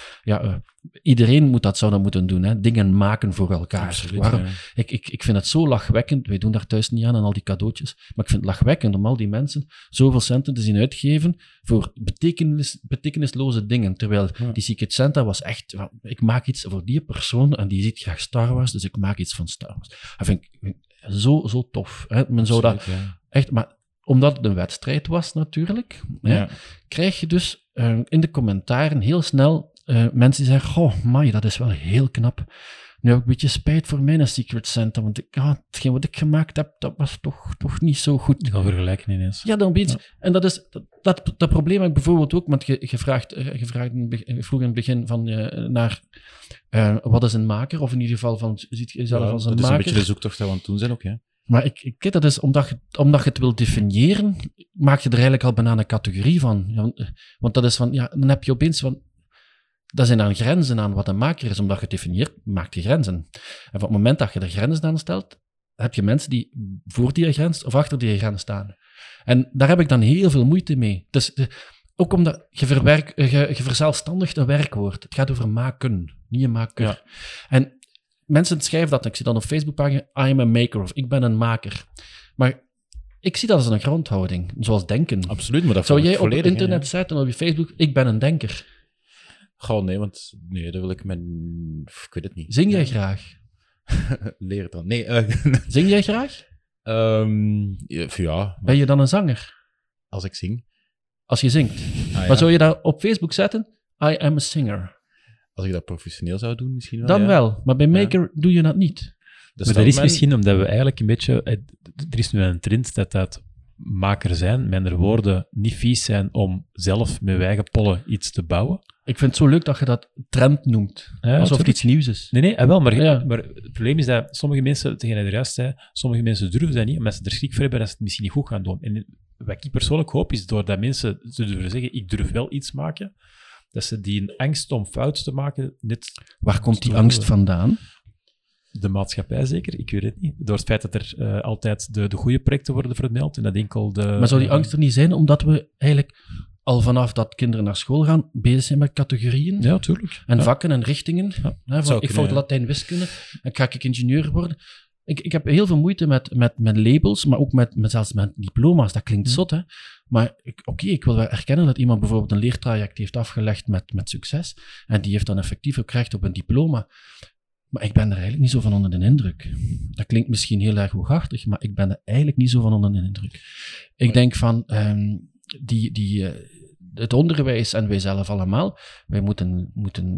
iedereen zou dat moeten doen, hè? Dingen maken voor elkaar.
Absoluut,
waarom? Ik vind het zo lachwekkend, wij doen daar thuis niet aan al die cadeautjes, maar ik vind het lachwekkend om al die mensen zoveel centen te zien uitgeven voor betekenisloze dingen, terwijl die Secret Santa was echt, ik maak iets voor die persoon en die ziet graag Star Wars, dus ik maak iets van Star Wars. Dat vind ik zo tof. Hè? Men zou dat echt, maar omdat het een wedstrijd was natuurlijk, krijg je dus in de commentaren heel snel mensen die zeggen, goh, Mai, dat is wel heel knap. Nu heb ik een beetje spijt voor mijn Secret Santa, want hetgeen wat ik gemaakt heb, dat was toch niet zo goed.
Je kan vergelijken ineens.
Ja, dan beetje. Ja. En dat is dat probleem heb ik bijvoorbeeld ook, want je vroeg in het begin van naar wat is een maker, of in ieder geval ziet je jezelf als een maker.
Dat is een beetje de zoektocht dat we aan het doen zijn ook, hè.
Maar dat is omdat je het wil definiëren, maak je er eigenlijk al bijna een categorie van. Ja, want dat is van, dan heb je opeens van, dat zijn dan grenzen aan wat een maker is, omdat je het definieert, maakt je grenzen. En op het moment dat je er grenzen aan stelt, heb je mensen die voor die grens of achter die grens staan. En daar heb ik dan heel veel moeite mee. Dus, ook omdat je verzelfstandigt een werkwoord. Het gaat over maken, niet een maker. Ja. En mensen schrijven dat, ik zie dan op Facebookpagina, I am a maker, of ik ben een maker. Maar ik zie dat als een grondhouding, zoals denken.
Absoluut, maar dat
zou jij op het internet zetten, op je Facebook, ik ben een denker?
Goh, nee, dat wil ik ik weet het niet.
Zing jij graag?
Leer het dan. Nee.
Zing jij graag?
Ja.
Ben je dan een zanger?
Als ik zing.
Als je zingt. Maar zou je dat op Facebook zetten? I am a singer.
Als ik dat professioneel zou doen, misschien wel.
Dan
ja.
wel, maar bij Maker doe je dat niet.
Dus
maar dat is misschien omdat we eigenlijk een beetje... Er is nu een trend dat maker zijn, met andere woorden, niet vies zijn om zelf met eigen pollen iets te bouwen.
Ik vind het zo leuk dat je dat trend noemt.
Ja,
alsof het iets nieuws is.
Nee, wel, maar,
Ja.
maar het probleem is dat sommige mensen, tegen de juist zei, sommige mensen durven dat niet, omdat ze er schrik voor hebben dat ze het misschien niet goed gaan doen. En wat ik persoonlijk hoop, is doordat mensen te durven zeggen, ik durf wel iets maken, dat ze die angst om fouten te maken net...
Waar komt die angst vandaan?
De maatschappij zeker, ik weet het niet. Door het feit dat er altijd de goede projecten worden vermeld en dat enkel de...
Maar zou die angst er niet zijn, omdat we eigenlijk al vanaf dat kinderen naar school gaan, bezig zijn met categorieën
Ja, tuurlijk.
en
Ja.
vakken en richtingen?
Ja.
Hè,
Zou
ik
kunnen,
volg
ja.
Latijn wiskunde en ga ik ingenieur worden? Ik heb heel veel moeite met labels, maar ook zelfs met diploma's. Dat klinkt zot, hè. Maar ik wil wel erkennen dat iemand bijvoorbeeld een leertraject heeft afgelegd met succes en die heeft dan effectief ook recht op een diploma. Maar ik ben er eigenlijk niet zo van onder de indruk. Dat klinkt misschien heel erg hooghartig, maar ik ben er eigenlijk niet zo van onder de indruk. Ik denk van, het onderwijs en wij zelf allemaal, wij moeten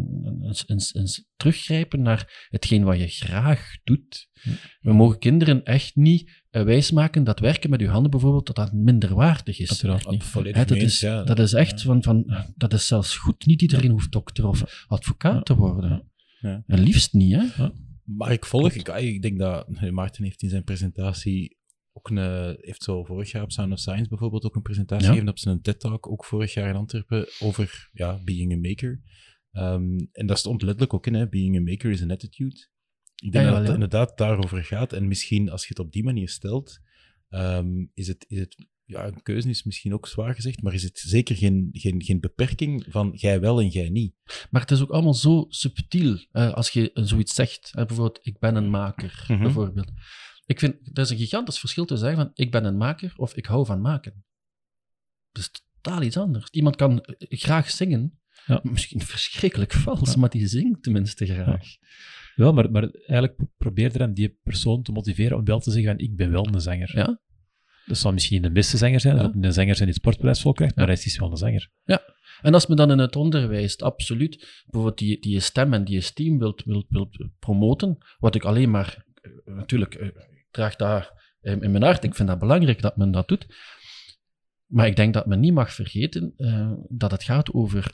eens teruggrijpen naar hetgeen wat je graag doet. We mogen kinderen echt niet wijsmaken dat werken met je handen bijvoorbeeld, dat minderwaardig is.
Uiteraard niet.
Volledig mee eens, ja.
Dat is echt dat is zelfs goed. Niet iedereen hoeft dokter of advocaat te worden.
Ja.
En liefst niet, hè.
Ja.
Maar ik denk dat Maarten heeft in zijn presentatie ook heeft zo vorig jaar op Sound of Science bijvoorbeeld ook een presentatie gegeven op zijn TED-talk, ook vorig jaar in Antwerpen, over being a maker. En dat stond letterlijk ook in, hè, being a maker is an attitude. Ik denk dat het inderdaad daarover gaat. En misschien, als je het op die manier stelt, is het een keuze is misschien ook zwaar gezegd, maar is het zeker geen beperking van jij wel en jij niet.
Maar het is ook allemaal zo subtiel als je zoiets zegt. Bijvoorbeeld, ik ben een maker, bijvoorbeeld. Ik vind, er is een gigantisch verschil te zeggen van, ik ben een maker of ik hou van maken. Dat is totaal iets anders. Iemand kan graag zingen, misschien verschrikkelijk vals, maar die zingt tenminste graag.
Ja. Wel, maar eigenlijk probeer er dan die persoon te motiveren om wel te zeggen van, ik ben wel een zanger.
Ja.
Dat zal misschien de beste zanger zijn, dat een zanger zijn die het sportprijs vol krijgt, maar hij is wel een zanger.
Ja, en als men dan in het onderwijs absoluut bijvoorbeeld die stem en die esteem wilt promoten, wat ik alleen maar, natuurlijk, ik draag dat in mijn hart, ik vind dat belangrijk dat men dat doet, maar ik denk dat men niet mag vergeten dat het gaat over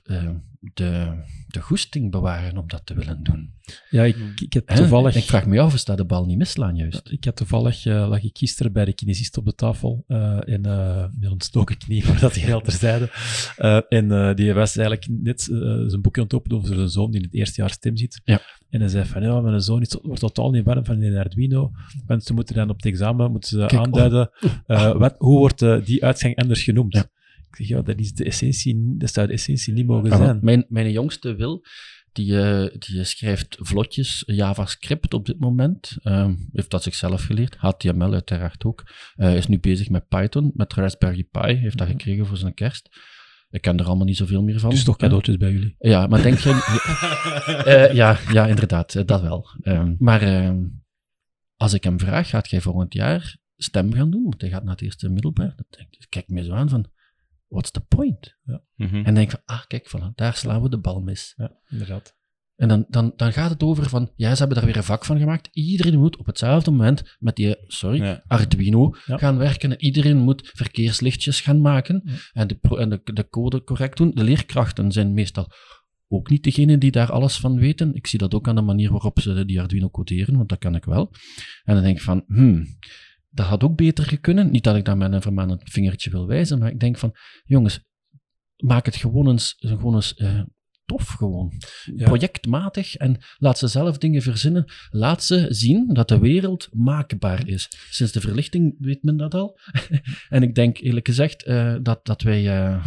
de goesting bewaren om dat te willen doen.
Ja, ik heb toevallig...
Ik vraag me af, of staat de bal niet misslaan juist?
Ik had toevallig, lag ik gisteren bij de kinesist op de tafel en met een stoken knie, voordat hij al terzijde. En die was eigenlijk net zijn boekje aan het openen over zijn zoon die in het eerste jaar stem zit. Ja. En hij zei van, ja, mijn zoon wordt totaal niet warm van een Arduino, want ze moeten dan op het examen aanduiden, hoe wordt die uitgang anders genoemd? Ja. Ik zeg, ja, dat is de essentie, dat zou de essentie niet mogen zijn.
Mijn jongste Wil, die schrijft vlotjes JavaScript op dit moment. Heeft dat zichzelf geleerd. HTML uiteraard ook. Is nu bezig met Python, met Raspberry Pi. Heeft dat gekregen voor zijn kerst. Ik ken er allemaal niet zoveel meer van.
Dus toch cadeautjes bij jullie?
Ja, maar denk je... ja, inderdaad, dat wel. Maar als ik hem vraag, gaat jij volgend jaar stem gaan doen? Want hij gaat naar het eerste middelbaar. Dan kijk ik me zo aan van... What's the point? Ja. En denk van, kijk, voilà, daar slaan we de bal mis.
Ja, inderdaad.
En dan gaat het over van, ze hebben daar weer een vak van gemaakt. Iedereen moet op hetzelfde moment met die, Arduino gaan werken. En iedereen moet verkeerslichtjes gaan maken en de code correct doen. De leerkrachten zijn meestal ook niet degenen die daar alles van weten. Ik zie dat ook aan de manier waarop ze die Arduino coderen, want dat kan ik wel. En dan denk ik van, dat had ook beter gekunnen. Niet dat ik daar met een vermanend vingertje wil wijzen, maar ik denk van, jongens, maak het gewoon eens tof gewoon. Ja. Projectmatig en laat ze zelf dingen verzinnen. Laat ze zien dat de wereld maakbaar is. Sinds de verlichting weet men dat al. En ik denk eerlijk gezegd dat wij...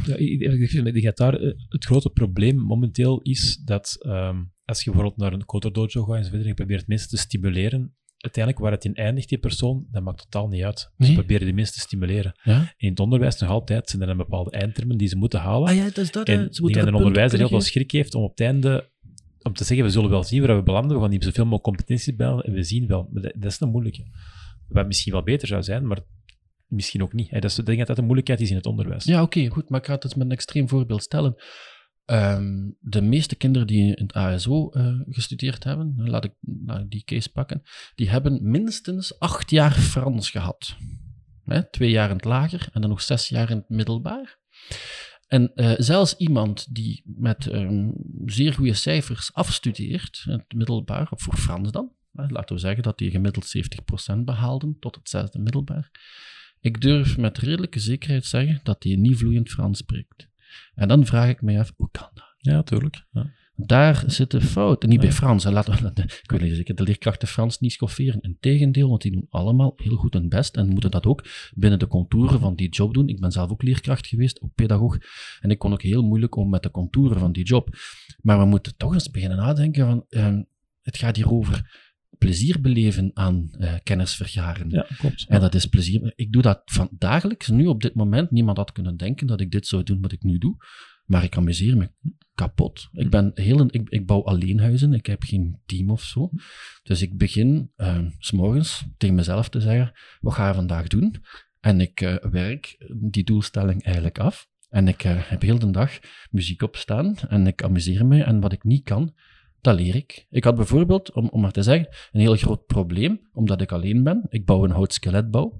Ik denk daar het grote probleem momenteel is dat als je bijvoorbeeld naar een coderdojo gaat enzovoort en je probeert mensen te stimuleren, uiteindelijk waar het in eindigt, die persoon, dat maakt totaal niet uit. Ze proberen die mensen te stimuleren. Ja? In het onderwijs nog altijd zijn er een bepaalde eindtermen die ze moeten halen.
Dus dat,
en die een onderwijzer heel veel schrik heeft om op het einde om te zeggen, we zullen wel zien waar we belanden, we gaan niet zoveel mogelijk competenties bijhalen en we zien wel. Maar dat is een moeilijke. Wat misschien wel beter zou zijn, maar misschien ook niet. Ik denk dat dat een moeilijkheid is in het onderwijs.
Ja, oké, goed, maar ik ga het eens met een extreem voorbeeld stellen. De meeste kinderen die in het ASO gestudeerd hebben, laat ik die case pakken, die hebben minstens 8 jaar Frans gehad. 2 jaar in het lager en dan nog 6 jaar in het middelbaar. En zelfs iemand die met zeer goede cijfers afstudeert, in het middelbaar, of voor Frans dan, laten we zeggen dat die gemiddeld 70% behaalden tot het 6e middelbaar. Ik durf met redelijke zekerheid zeggen dat die niet vloeiend Frans spreekt. En dan vraag ik mij af, hoe kan dat?
Ja, tuurlijk. Ja.
Daar zit de fout. En niet bij Frans. Ik wil niet zeker de leerkrachten Frans niet schofferen. Integendeel, want die doen allemaal heel goed hun best en moeten dat ook binnen de contouren van die job doen. Ik ben zelf ook leerkracht geweest, ook pedagoog. En ik kon ook heel moeilijk om met de contouren van die job. Maar we moeten toch eens beginnen nadenken van, het gaat hier over plezier beleven aan kennis vergaren.
Ja, klopt.
En dat is plezier. Ik doe dat van dagelijks. Nu op dit moment, niemand had kunnen denken dat ik dit zou doen wat ik nu doe. Maar ik amuseer me kapot. Ik bouw alleen huizen. Ik heb geen team of zo. Dus ik begin 's morgens tegen mezelf te zeggen, wat ga je vandaag doen? En ik werk die doelstelling eigenlijk af. En ik heb heel de dag muziek op staan. En ik amuseer me. En wat ik niet kan, dat leer ik. Ik had bijvoorbeeld, om maar te zeggen, een heel groot probleem, omdat ik alleen ben. Ik bouw een houtskeletbouw.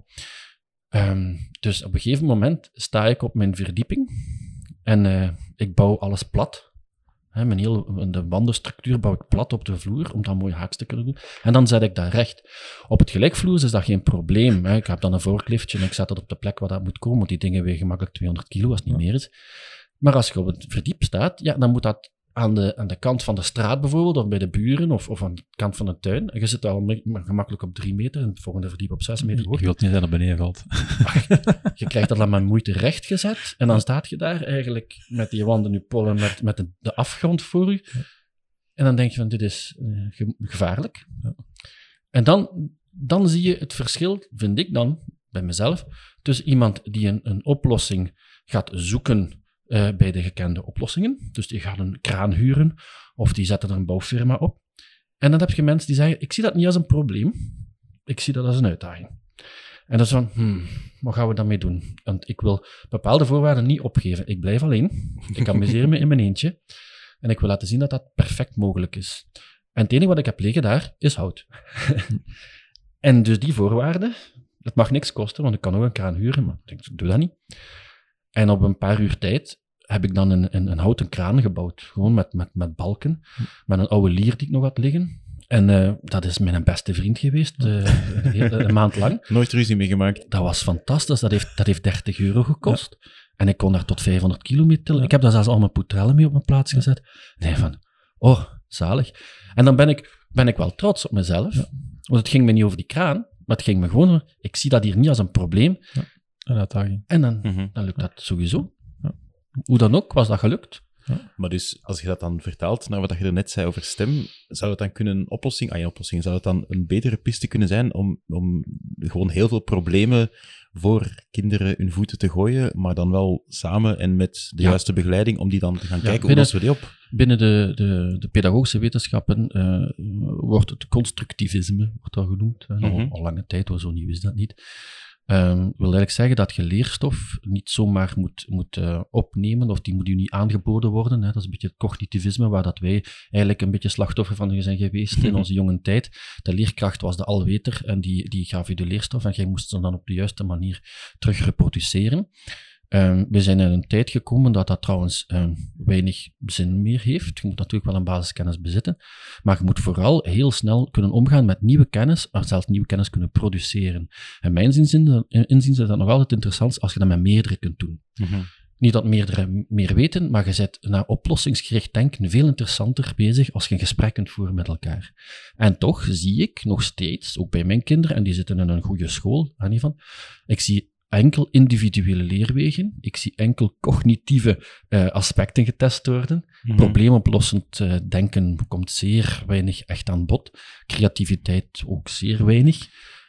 Dus op een gegeven moment sta ik op mijn verdieping en ik bouw alles plat. De wandenstructuur bouw ik plat op de vloer, om dat mooi haaks te kunnen doen. En dan zet ik dat recht. Op het gelijkvloers is dat geen probleem. Ik heb dan een voorkliftje en ik zet dat op de plek waar dat moet komen, want die dingen wegen gemakkelijk 200 kilo als het niet meer is. Maar als je op het verdiep staat, ja, dan moet dat aan de kant van de straat bijvoorbeeld, of bij de buren, of aan de kant van de tuin. Je zit al gemakkelijk op 3 meter, en het volgende verdiep op 6 meter hoog.
Je wilt niet dat naar beneden valt.
Je krijgt dat dan met moeite recht gezet, en dan staat je daar eigenlijk met die wanden nu pollen, met de afgrond voor je. En dan denk je van, dit is gevaarlijk.
Ja.
En dan zie je het verschil, vind ik dan, bij mezelf, tussen iemand die een oplossing gaat zoeken bij de gekende oplossingen. Dus die gaan een kraan huren, of die zetten er een bouwfirma op. En dan heb je mensen die zeggen, ik zie dat niet als een probleem, ik zie dat als een uitdaging. En dat is van, wat gaan we daarmee doen? Want ik wil bepaalde voorwaarden niet opgeven. Ik blijf alleen, ik amuseer me in mijn eentje, en ik wil laten zien dat dat perfect mogelijk is. En het enige wat ik heb liggen daar, is hout. En dus die voorwaarden, het mag niks kosten, want ik kan ook een kraan huren, maar ik doe dat niet. En op een paar uur tijd heb ik dan een houten kraan gebouwd. Gewoon met balken. Met een oude lier die ik nog had liggen. En dat is mijn beste vriend geweest. Een maand lang.
Nooit ruzie mee gemaakt.
Dat was fantastisch. Dat heeft €30 gekost. Ja. En ik kon daar tot 500 kilometer. Ja. Ik heb daar zelfs al mijn poutrellen mee op mijn plaats gezet. En ik van, oh, zalig. En dan ben ik wel trots op mezelf. Ja. Want het ging me niet over die kraan. Maar het ging me gewoon, ik zie dat hier niet als een probleem.
Ja. Een uitdaging.
En dan lukt dat sowieso. Ja. Hoe dan ook, was dat gelukt.
Ja. Maar dus, als je dat dan vertaalt naar wat je er net zei over stem, zou het dan kunnen zou het dan een betere piste kunnen zijn om gewoon heel veel problemen voor kinderen hun voeten te gooien, maar dan wel samen en met de juiste begeleiding om die dan te gaan kijken, hoe lossen we die op?
Binnen de pedagogische wetenschappen wordt het constructivisme wordt dat genoemd. Al lange tijd, zo nieuw is dat niet. wil eigenlijk zeggen dat je leerstof niet zomaar moet opnemen, of die moet je niet aangeboden worden. Hè. Dat is een beetje het cognitivisme, waar dat wij eigenlijk een beetje slachtoffer van zijn geweest in onze jonge tijd. De leerkracht was de alweter en die gaf je de leerstof en jij moest ze dan op de juiste manier terug reproduceren. We zijn in een tijd gekomen dat trouwens weinig zin meer heeft. Je moet natuurlijk wel een basiskennis bezitten, maar je moet vooral heel snel kunnen omgaan met nieuwe kennis, of zelfs nieuwe kennis kunnen produceren. En mijn inziens is dat nog altijd interessant als je dat met meerdere kunt doen. Mm-hmm. Niet dat meerdere meer weten, maar je bent naar oplossingsgericht denken veel interessanter bezig als je een gesprek kunt voeren met elkaar. En toch zie ik nog steeds, ook bij mijn kinderen, en die zitten in een goede school, ik zie enkel individuele leerwegen. Ik zie enkel cognitieve aspecten getest worden. Mm-hmm. Probleemoplossend denken komt zeer weinig echt aan bod. Creativiteit ook zeer weinig.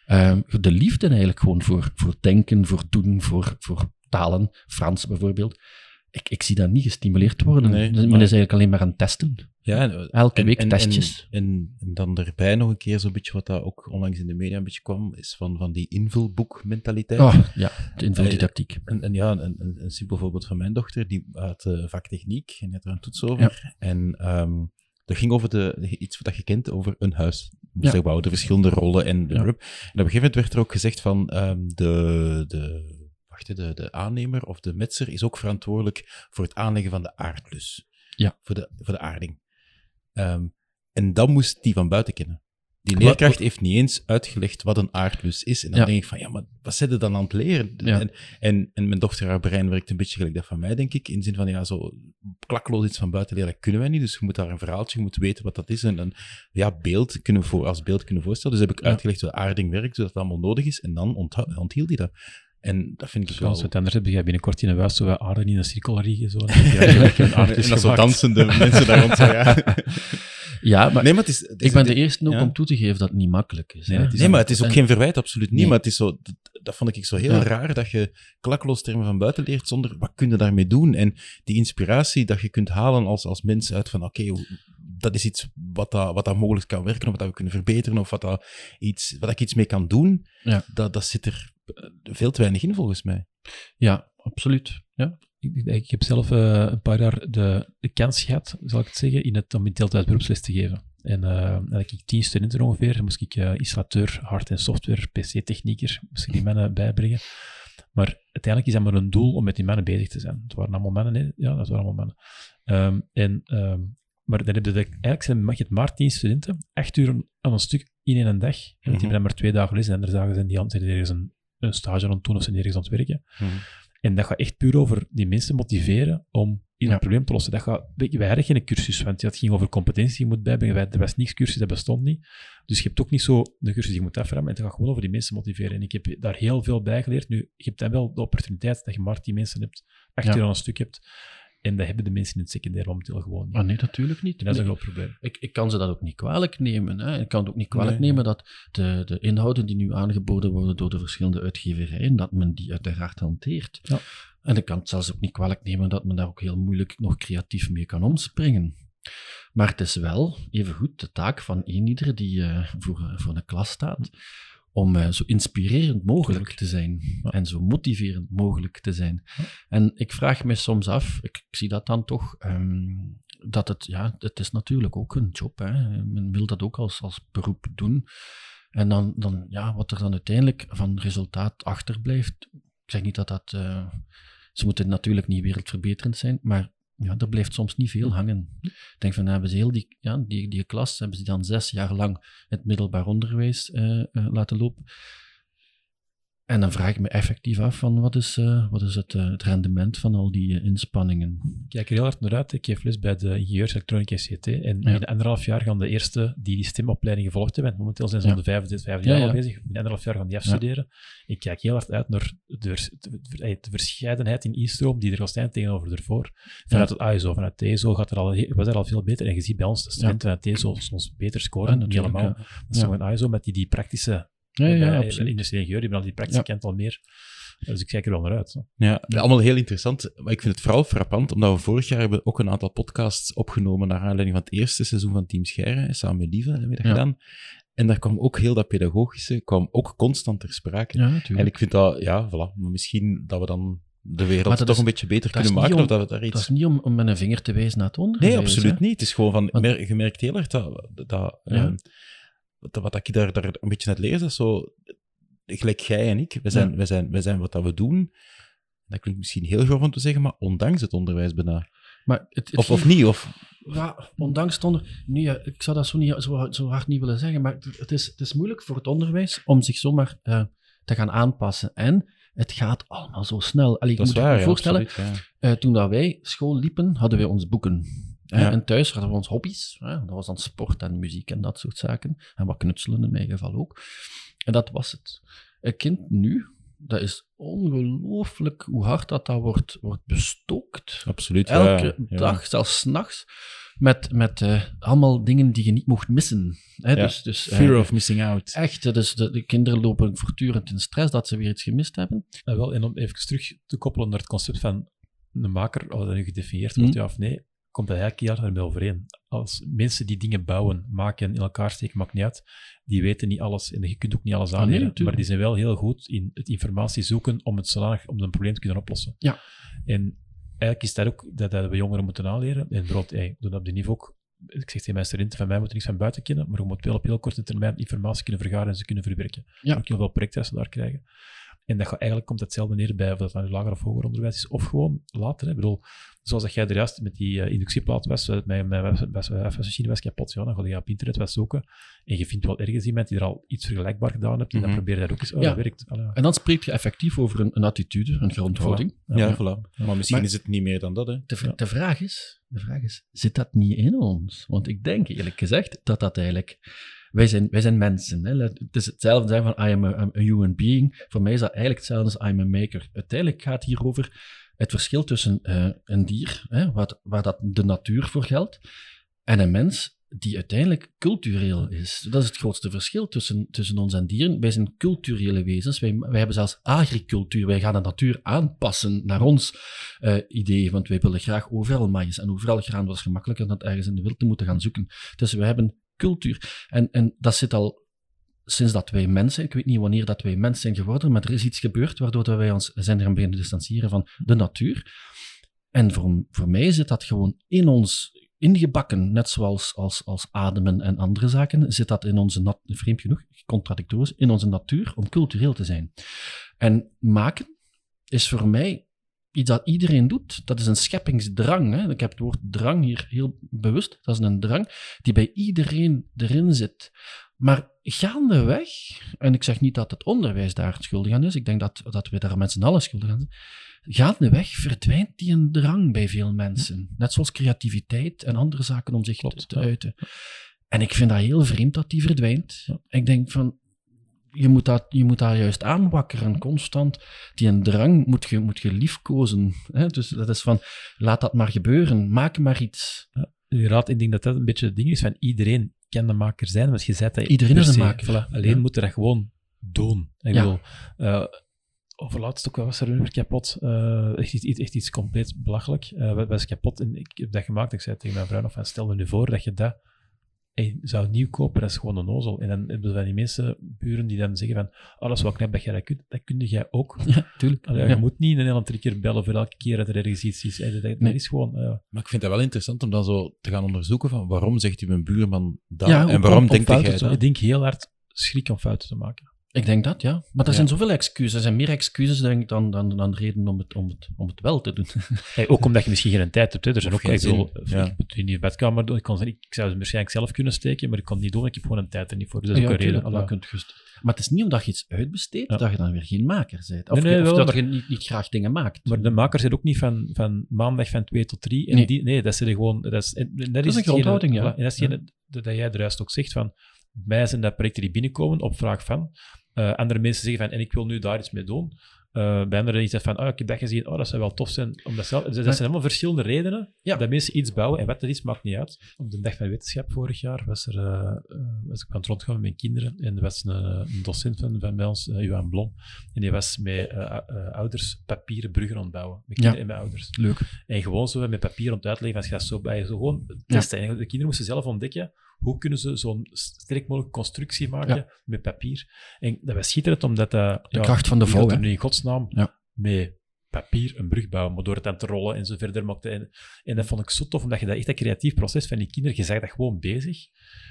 De liefde eigenlijk gewoon voor denken, voor doen, voor talen. Frans bijvoorbeeld. Ik zie dat niet gestimuleerd worden. Nee, men is eigenlijk alleen maar aan het testen. Elke week testjes.
En dan erbij nog een keer zo'n beetje wat dat ook onlangs in de media een beetje kwam, is van die invulboekmentaliteit.
De invuldidactiek.
Een simpel voorbeeld van mijn dochter, die had vak techniek en die had er een toets over. En dat ging over iets wat je kent, over een huis. Moest er bouwen, de verschillende rollen en de en op een gegeven moment werd er ook gezegd van de aannemer of de metser is ook verantwoordelijk voor het aanleggen van de aardlus. Ja. Voor de aarding. En dat moest die van buiten kennen. Die leerkracht heeft niet eens uitgelegd wat een aardlus is. En dan denk ik van, maar wat zit er dan aan het leren? Ja. En mijn dochter, haar brein werkt een beetje gelijk dat van mij, denk ik. In de zin van, zo klakkeloos iets van buiten leren, dat kunnen wij niet. Dus je moet daar een verhaaltje, je moet weten wat dat is. En een beeld kunnen voorstellen. Dus heb ik uitgelegd hoe de aarding werkt, zodat het allemaal nodig is. En dan onthield hij dat. En dat vind ik wel...
Als we het anders hebben, jij binnenkort in een huis zo aarde in een cirkel riggen. Zo.
En dan zo dansende mensen daar rond.
Ja, maar, ik ben de eerste ook om toe te geven dat het niet makkelijk is.
Maar het is ook geen verwijt, absoluut niet. Nee. Maar het is zo, dat vond ik zo heel raar, dat je klakkeloos termen van buiten leert zonder wat kun je daarmee doen. En die inspiratie dat je kunt halen als mens uit van dat is iets wat dat mogelijk kan werken, of wat dat we kunnen verbeteren, of wat ik iets mee kan doen, dat zit er veel te weinig in, volgens mij.
Ja, absoluut. Ja.
Ik heb zelf een paar jaar de kans gehad, zal ik het zeggen, om in deeltijd beroepsles te geven. En had ik 10 studenten ongeveer, dan moest ik installateur, hard- en software, PC-technieker, moest ik die mannen bijbrengen. Maar uiteindelijk is dat maar een doel om met die mannen bezig te zijn. Het waren allemaal mannen, hè? Ja, dat waren allemaal mannen. Maar dan heb je eigenlijk mag je het maar 10 studenten, 8 uur aan een stuk in een dag. En die hebben dan maar 2 dagen les en dan zagen ze die zijn ergens een stage aan het doen of zijn ergens aan het werken. En dat gaat echt puur over die mensen motiveren om een probleem te lossen. Wij hadden geen cursus, want dat ging over competentie, je moet bijbrengen. Er was niks cursus, dat bestond niet. Dus je hebt ook niet zo de cursus die je moet aframmen. En het gaat gewoon over die mensen motiveren. En ik heb daar heel veel bij geleerd. Nu, je hebt dan wel de opportuniteit dat je maar 10 mensen hebt, 8 uur aan een stuk hebt. En dat hebben de mensen in het secundair momenteel gewoon niet.
Nee, natuurlijk niet.
En dat is een groot probleem.
Ik kan ze dat ook niet kwalijk nemen. Hè. Ik kan het ook niet kwalijk nemen dat de inhouden die nu aangeboden worden door de verschillende uitgeverijen, dat men die uiteraard hanteert. Ja. En ik kan het zelfs ook niet kwalijk nemen dat men daar ook heel moeilijk nog creatief mee kan omspringen. Maar het is wel evengoed de taak van eenieder die voor een klas staat, om zo inspirerend mogelijk te zijn en zo motiverend mogelijk te zijn. En ik vraag me soms af, ik zie dat dan toch, dat het is natuurlijk ook een job. Hè. Men wil dat ook als beroep doen. En dan wat er dan uiteindelijk van resultaat achterblijft, ik zeg niet dat ze moeten natuurlijk niet wereldverbeterend zijn, maar er blijft soms niet veel hangen. Ik denk van, hebben ze heel die klas, hebben ze dan 6 jaar lang het middelbaar onderwijs laten lopen. En dan vraag ik me effectief af van, wat is het rendement van al die inspanningen?
Ik kijk er heel hard naar uit. Ik geef les bij de ingenieurs elektronica ICT. En in 1,5 jaar gaan de eerste die stemopleiding gevolgd hebben, want momenteel zijn ze al de vijfde jaar al bezig, in 1,5 jaar gaan die afstuderen. Ik kijk heel hard uit naar de verscheidenheid in instroom die er gaat zijn tegenover ervoor. Vanuit het ASO, vanuit het TSO was er al veel beter. En je ziet bij ons de studenten uit TSO soms beter scoren, niet helemaal. Dat is gewoon een ASO met die praktische...
absoluut.
Industrie ingenieur, die hebben al die praktische kent al meer. Dus ik kijk er wel naar uit. Zo.
Ja, allemaal heel interessant. Maar ik vind het vooral frappant, omdat we vorig jaar hebben ook een aantal podcasts opgenomen naar aanleiding van het eerste seizoen van Team Scheire, samen met Lieve hebben we dat gedaan. En daar kwam ook heel dat pedagogische, kwam ook constant ter sprake.
Ja,
en ik vind dat, voilà, misschien dat we dan de wereld toch een beetje beter kunnen maken. Of dat we daar iets...
Dat is niet om met een vinger te wijzen naar het onderwijs.
Nee, absoluut niet. Het is gewoon van, je merkt heel erg wat ik daar een beetje net lees, is zo, gelijk jij en ik, wij zijn wat dat we doen. Dat klinkt misschien heel grof om te zeggen, maar ondanks het onderwijs bijna. Maar of niet, of...
Ja, ondanks het onderwijs... Nee, ik zou dat zo hard niet willen zeggen, maar het is moeilijk voor het onderwijs om zich zomaar te gaan aanpassen. En het gaat allemaal zo snel. Ik moet me voorstellen, absoluut, toen dat wij school liepen, hadden wij ons boeken. En thuis hadden we ons hobby's. Dat was dan sport en muziek en dat soort zaken. En wat knutselen in mijn geval ook. En dat was het. Een kind nu, dat is ongelooflijk hoe hard dat wordt bestookt.
Absoluut.
Elke dag, zelfs 's nachts. Met allemaal dingen die je niet mocht missen. Dus,
fear of missing out.
Echt, dus de kinderen lopen voortdurend in stress dat ze weer iets gemist hebben.
En om even terug te koppelen naar het concept van een maker, of dat nu gedefinieerd wordt, ja of nee, komt dat eigenlijk heel erg ermee overeen. Als mensen die dingen bouwen, maken, in elkaar steken, maakt niet uit, die weten niet alles en je kunt ook niet alles aanleren, maar die zijn wel heel goed in het informatie zoeken om om een probleem te kunnen oplossen.
Ja.
En eigenlijk is dat ook dat we jongeren moeten aanleren. En bijvoorbeeld, we doen op die niveau ook, ik zeg tegen mijn studenten, van mij moeten niks van buiten kennen, maar je moet wel op heel korte termijn informatie kunnen vergaren en ze kunnen verwerken.
Ja.
Ook heel veel projecten als ze daar krijgen. En dat eigenlijk komt hetzelfde neer bij of dat aan lager of hoger onderwijs is, of gewoon later. Hè. Ik bedoel, zoals dat jij er juist met die inductieplaat was, mijn afwasmachine was kapot, ja, dan ga je op internet wat zoeken en je vindt wel ergens iemand die er al iets vergelijkbaar gedaan heeft en dan probeer je dat ook eens, dat werkt.
En dan spreek je effectief over een attitude, een grondhouding.
Voilà. Maar misschien is het niet meer dan dat, hè.
De vraag is, zit dat niet in ons? Want ik denk eerlijk gezegd dat eigenlijk... Wij zijn mensen. Hè. Het is hetzelfde zijn van I am a human being. Voor mij is dat eigenlijk hetzelfde als I am a maker. Uiteindelijk gaat het hier over het verschil tussen een dier, hè, waar dat de natuur voor geldt, en een mens die uiteindelijk cultureel is. Dat is het grootste verschil tussen ons en dieren. Wij zijn culturele wezens. Wij hebben zelfs agricultuur. Wij gaan de natuur aanpassen naar ons idee, want wij willen graag overal maïs en overal graan. Dat is gemakkelijker dan ergens in de wild te moeten gaan zoeken. Dus we hebben cultuur. En dat zit al sinds dat wij mens zijn. Ik weet niet wanneer dat wij mens zijn geworden, maar er is iets gebeurd waardoor wij ons zijn gaan beginnen distancieren van de natuur. En voor mij zit dat gewoon in ons ingebakken, net zoals als ademen en andere zaken, zit dat in onze, vreemd genoeg, contradictorisch, in onze natuur om cultureel te zijn. En maken is voor mij iets dat iedereen doet. Dat is een scheppingsdrang. Hè. Ik heb het woord drang hier heel bewust. Dat is een drang die bij iedereen erin zit. Maar gaandeweg, en ik zeg niet dat het onderwijs daar schuldig aan is, ik denk dat we daar met z'n allen schuldig aan zijn, gaandeweg verdwijnt die een drang bij veel mensen. Net zoals creativiteit en andere zaken om zich te uiten. En ik vind dat heel vreemd dat die verdwijnt. Ja. Ik denk van, je moet dat juist aanwakkeren, constant. Die een drang moet je liefkozen. Hè? Dus dat is van, laat dat maar gebeuren, maak maar iets.
Ja, inderdaad, ik denk dat dat een beetje het ding is van iedereen kan de maker zijn, want je zei dat
iedereen is een maker.
Voilà. Alleen moet je dat gewoon doen. Ik bedoel, overlaatst ook was er weer kapot. Echt iets compleet belachelijk. Was kapot en ik heb dat gemaakt. Ik zei tegen mijn vrouw nog van, stel je nu voor dat je dat zou nieuw kopen, dat is gewoon een ozel. En dan hebben we die mensen, buren, die dan zeggen van, alles wat knap dat jij dat kunt, dat kun jij ook.
Ja, tuurlijk.
Je moet niet een hele 3 keer bellen voor elke keer dat er ergens iets is. Dat is gewoon...
Maar ik vind dat wel interessant om dan zo te gaan onderzoeken van, waarom zegt u mijn buurman dat? En waarom denkt jij dat?
Ik denk heel hard schrik om fouten te maken.
Ik denk dat, ja. Maar er zijn zoveel excuses. Er zijn meer excuses, denk ik, dan reden om het wel te doen.
Hey, ook omdat je misschien geen tijd hebt. Hè. Er zijn ook, ik moet in die bedkamer doen. Ik zou ze waarschijnlijk zelf kunnen steken, maar ik kon het niet doen. Ik heb gewoon een tijd er niet voor. Dus dat is ook een reden.
Maar het is niet omdat je iets uitbesteedt, dat je dan weer geen maker bent. Of dat je niet graag dingen maakt.
Maar de maker zit ook niet van maandag van 2 tot 3. En nee, dat zit gewoon... Dat is
een grondhouding, ja.
En dat is dat jij er juist ook zegt van... Bij mij zijn dat projecten die binnenkomen op vraag van. Andere mensen zeggen van, en ik wil nu daar iets mee doen. Bij anderen is dat van, ik heb dat gezien, dat zou wel tof zijn. Dat zijn allemaal verschillende redenen dat mensen iets bouwen. En wat dat is, maakt niet uit. Op de Dag van Wetenschap vorig jaar was ik aan het rondgaan met mijn kinderen. En er was een docent van bij ons, Johan Blom. En die was met ouders papieren bruggen aan het bouwen. Met kinderen en met ouders.
Leuk.
En gewoon zo met papier aan het uitleggen. Als je dat zo bij gewoon testen. En de kinderen moesten zelf ontdekken hoe kunnen ze zo'n sterk mogelijke constructie maken met papier. En dat was schitterend, omdat de
kracht van de vouw,
er nu in godsnaam met papier een brug bouwen, maar door het aan te rollen en zo verder maakte. En dat vond ik zo tof, omdat je dat echt dat creatief proces van die kinderen, je zag dat gewoon bezig,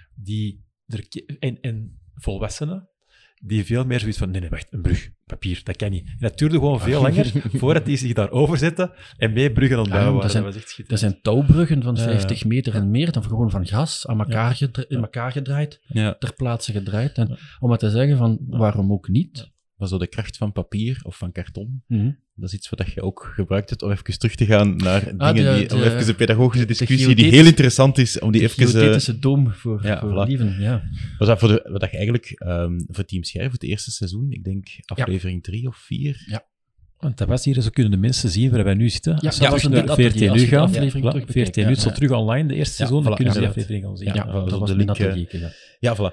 en volwassenen, die veel meer zoiets van, nee, wacht, een brug, papier, dat kan niet. En dat duurde gewoon veel langer voordat die zich daarover zetten en mee bruggen aan het bouwen. Dat was echt schitterend.
Dat zijn touwbruggen van 50 meter en meer, dan gewoon van gras aan elkaar, in elkaar gedraaid, ter plaatse gedraaid. En om het te zeggen van, waarom ook niet?
Maar zo de kracht van papier of van karton, dat is iets wat je ook gebruikt hebt om even terug te gaan naar dingen om even een pedagogische discussie die heel interessant is, om die even...
De geodätische doom voor lieven, ja.
Was dat wat je eigenlijk voor Team Scherf, het eerste seizoen, ik denk aflevering 3 of 4...
Ja.
Want dat was hier, zo kunnen de mensen zien waar wij nu zitten.
Ja, dat was een
14 uur gaan.
14
uur tot terug online, de eerste seizoen, dan kunnen ze die aflevering gaan zien.
Dat was de link.
Ja, voilà.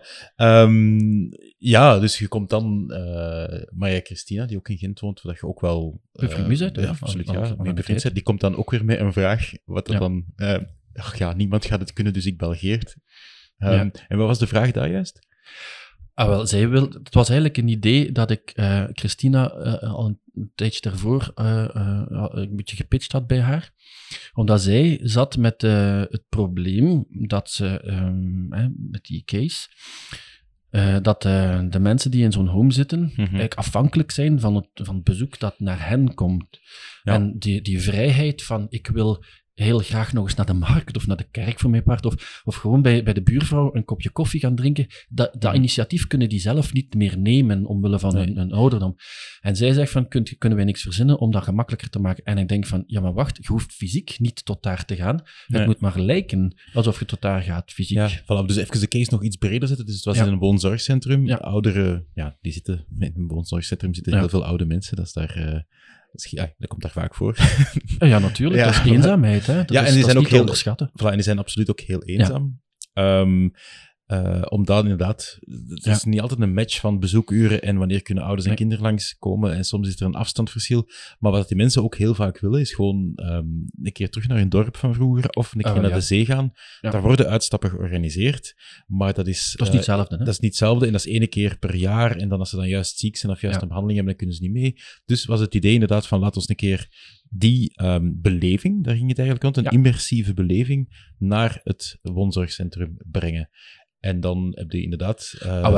Dus je komt dan Maria Christina, die ook in Gent woont, waar je ook wel...
bevriend bent.
Ja, absoluut, mee bevriend bent. Die komt dan ook weer met een vraag, wat er dan ach ja, niemand gaat het kunnen, dus ik bel Geert. En wat was de vraag daar juist?
Wel, het was eigenlijk een idee dat ik Christina al een tijdje daarvoor een beetje gepitcht had bij haar. Omdat zij zat met het probleem dat ze, met die case, dat de mensen die in zo'n home zitten eigenlijk afhankelijk zijn van het bezoek dat naar hen komt. Ja. En die vrijheid van, ik wil heel graag nog eens naar de markt of naar de kerk voor mijn part, of gewoon bij de buurvrouw een kopje koffie gaan drinken. Dat initiatief kunnen die zelf niet meer nemen omwille van hun ouderdom. En zij zegt van, kunnen wij niks verzinnen om dat gemakkelijker te maken? En ik denk van, ja maar wacht, je hoeft fysiek niet tot daar te gaan. Het moet maar lijken alsof je tot daar gaat, fysiek.
Ja, voilà, dus even de case nog iets breder zetten. Dus het was in een woonzorgcentrum. Ja. Ouderen, die zitten, in een woonzorgcentrum zitten heel veel oude mensen. Dat is daar... dat komt daar vaak voor.
Ja, natuurlijk. Ja. Dat is eenzaamheid. Hè?
En die zijn ook heel onderschatten. Voilà, en die zijn absoluut ook heel eenzaam. Ja. Omdat inderdaad, het is niet altijd een match van bezoekuren en wanneer kunnen ouders en kinderen langskomen. En soms is er een afstandsverschil. Maar wat die mensen ook heel vaak willen, is gewoon een keer terug naar hun dorp van vroeger of een keer naar de zee gaan. Ja. Daar worden uitstappen georganiseerd. Maar dat is
niet hetzelfde.
Dat is niet hetzelfde en dat is 1 keer per jaar. En dan als ze dan juist ziek zijn of juist een behandeling hebben, dan kunnen ze niet mee. Dus was het idee inderdaad van laat ons een keer die beleving, daar ging het eigenlijk rond, een immersieve beleving, naar het woonzorgcentrum brengen. En dan heb je inderdaad...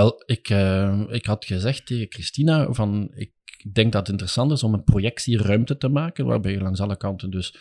Ik had gezegd tegen Christina van... Ik denk dat het interessant is om een projectieruimte te maken, waarbij je langs alle kanten dus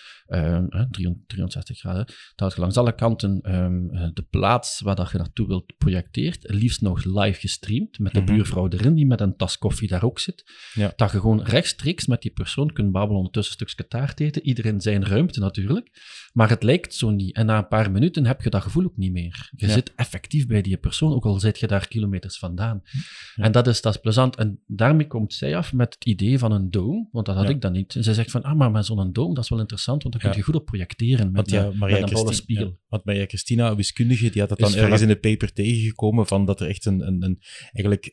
360 graden, dat je langs alle kanten de plaats waar dat je naartoe wilt projecteert, liefst nog live gestreamd, met de buurvrouw erin, die met een tas koffie daar ook zit. Ja. Dat je gewoon rechtstreeks met die persoon kunt babbelen, ondertussen een stukje taart eten, iedereen zijn ruimte natuurlijk, maar het lijkt zo niet. En na een paar minuten heb je dat gevoel ook niet meer. Je zit effectief bij die persoon, ook al zit je daar kilometers vandaan. Ja. En dat is plezant. En daarmee komt zij af met het idee van een dome, want dat had ik dan niet. En zij zegt van, maar met zo'n dome, dat is wel interessant, want dan kun je goed op projecteren met een bolle spiegel.
Ja. Want Maria Christina, wiskundige, die had dat dan ergens in de paper tegengekomen, van dat er echt eigenlijk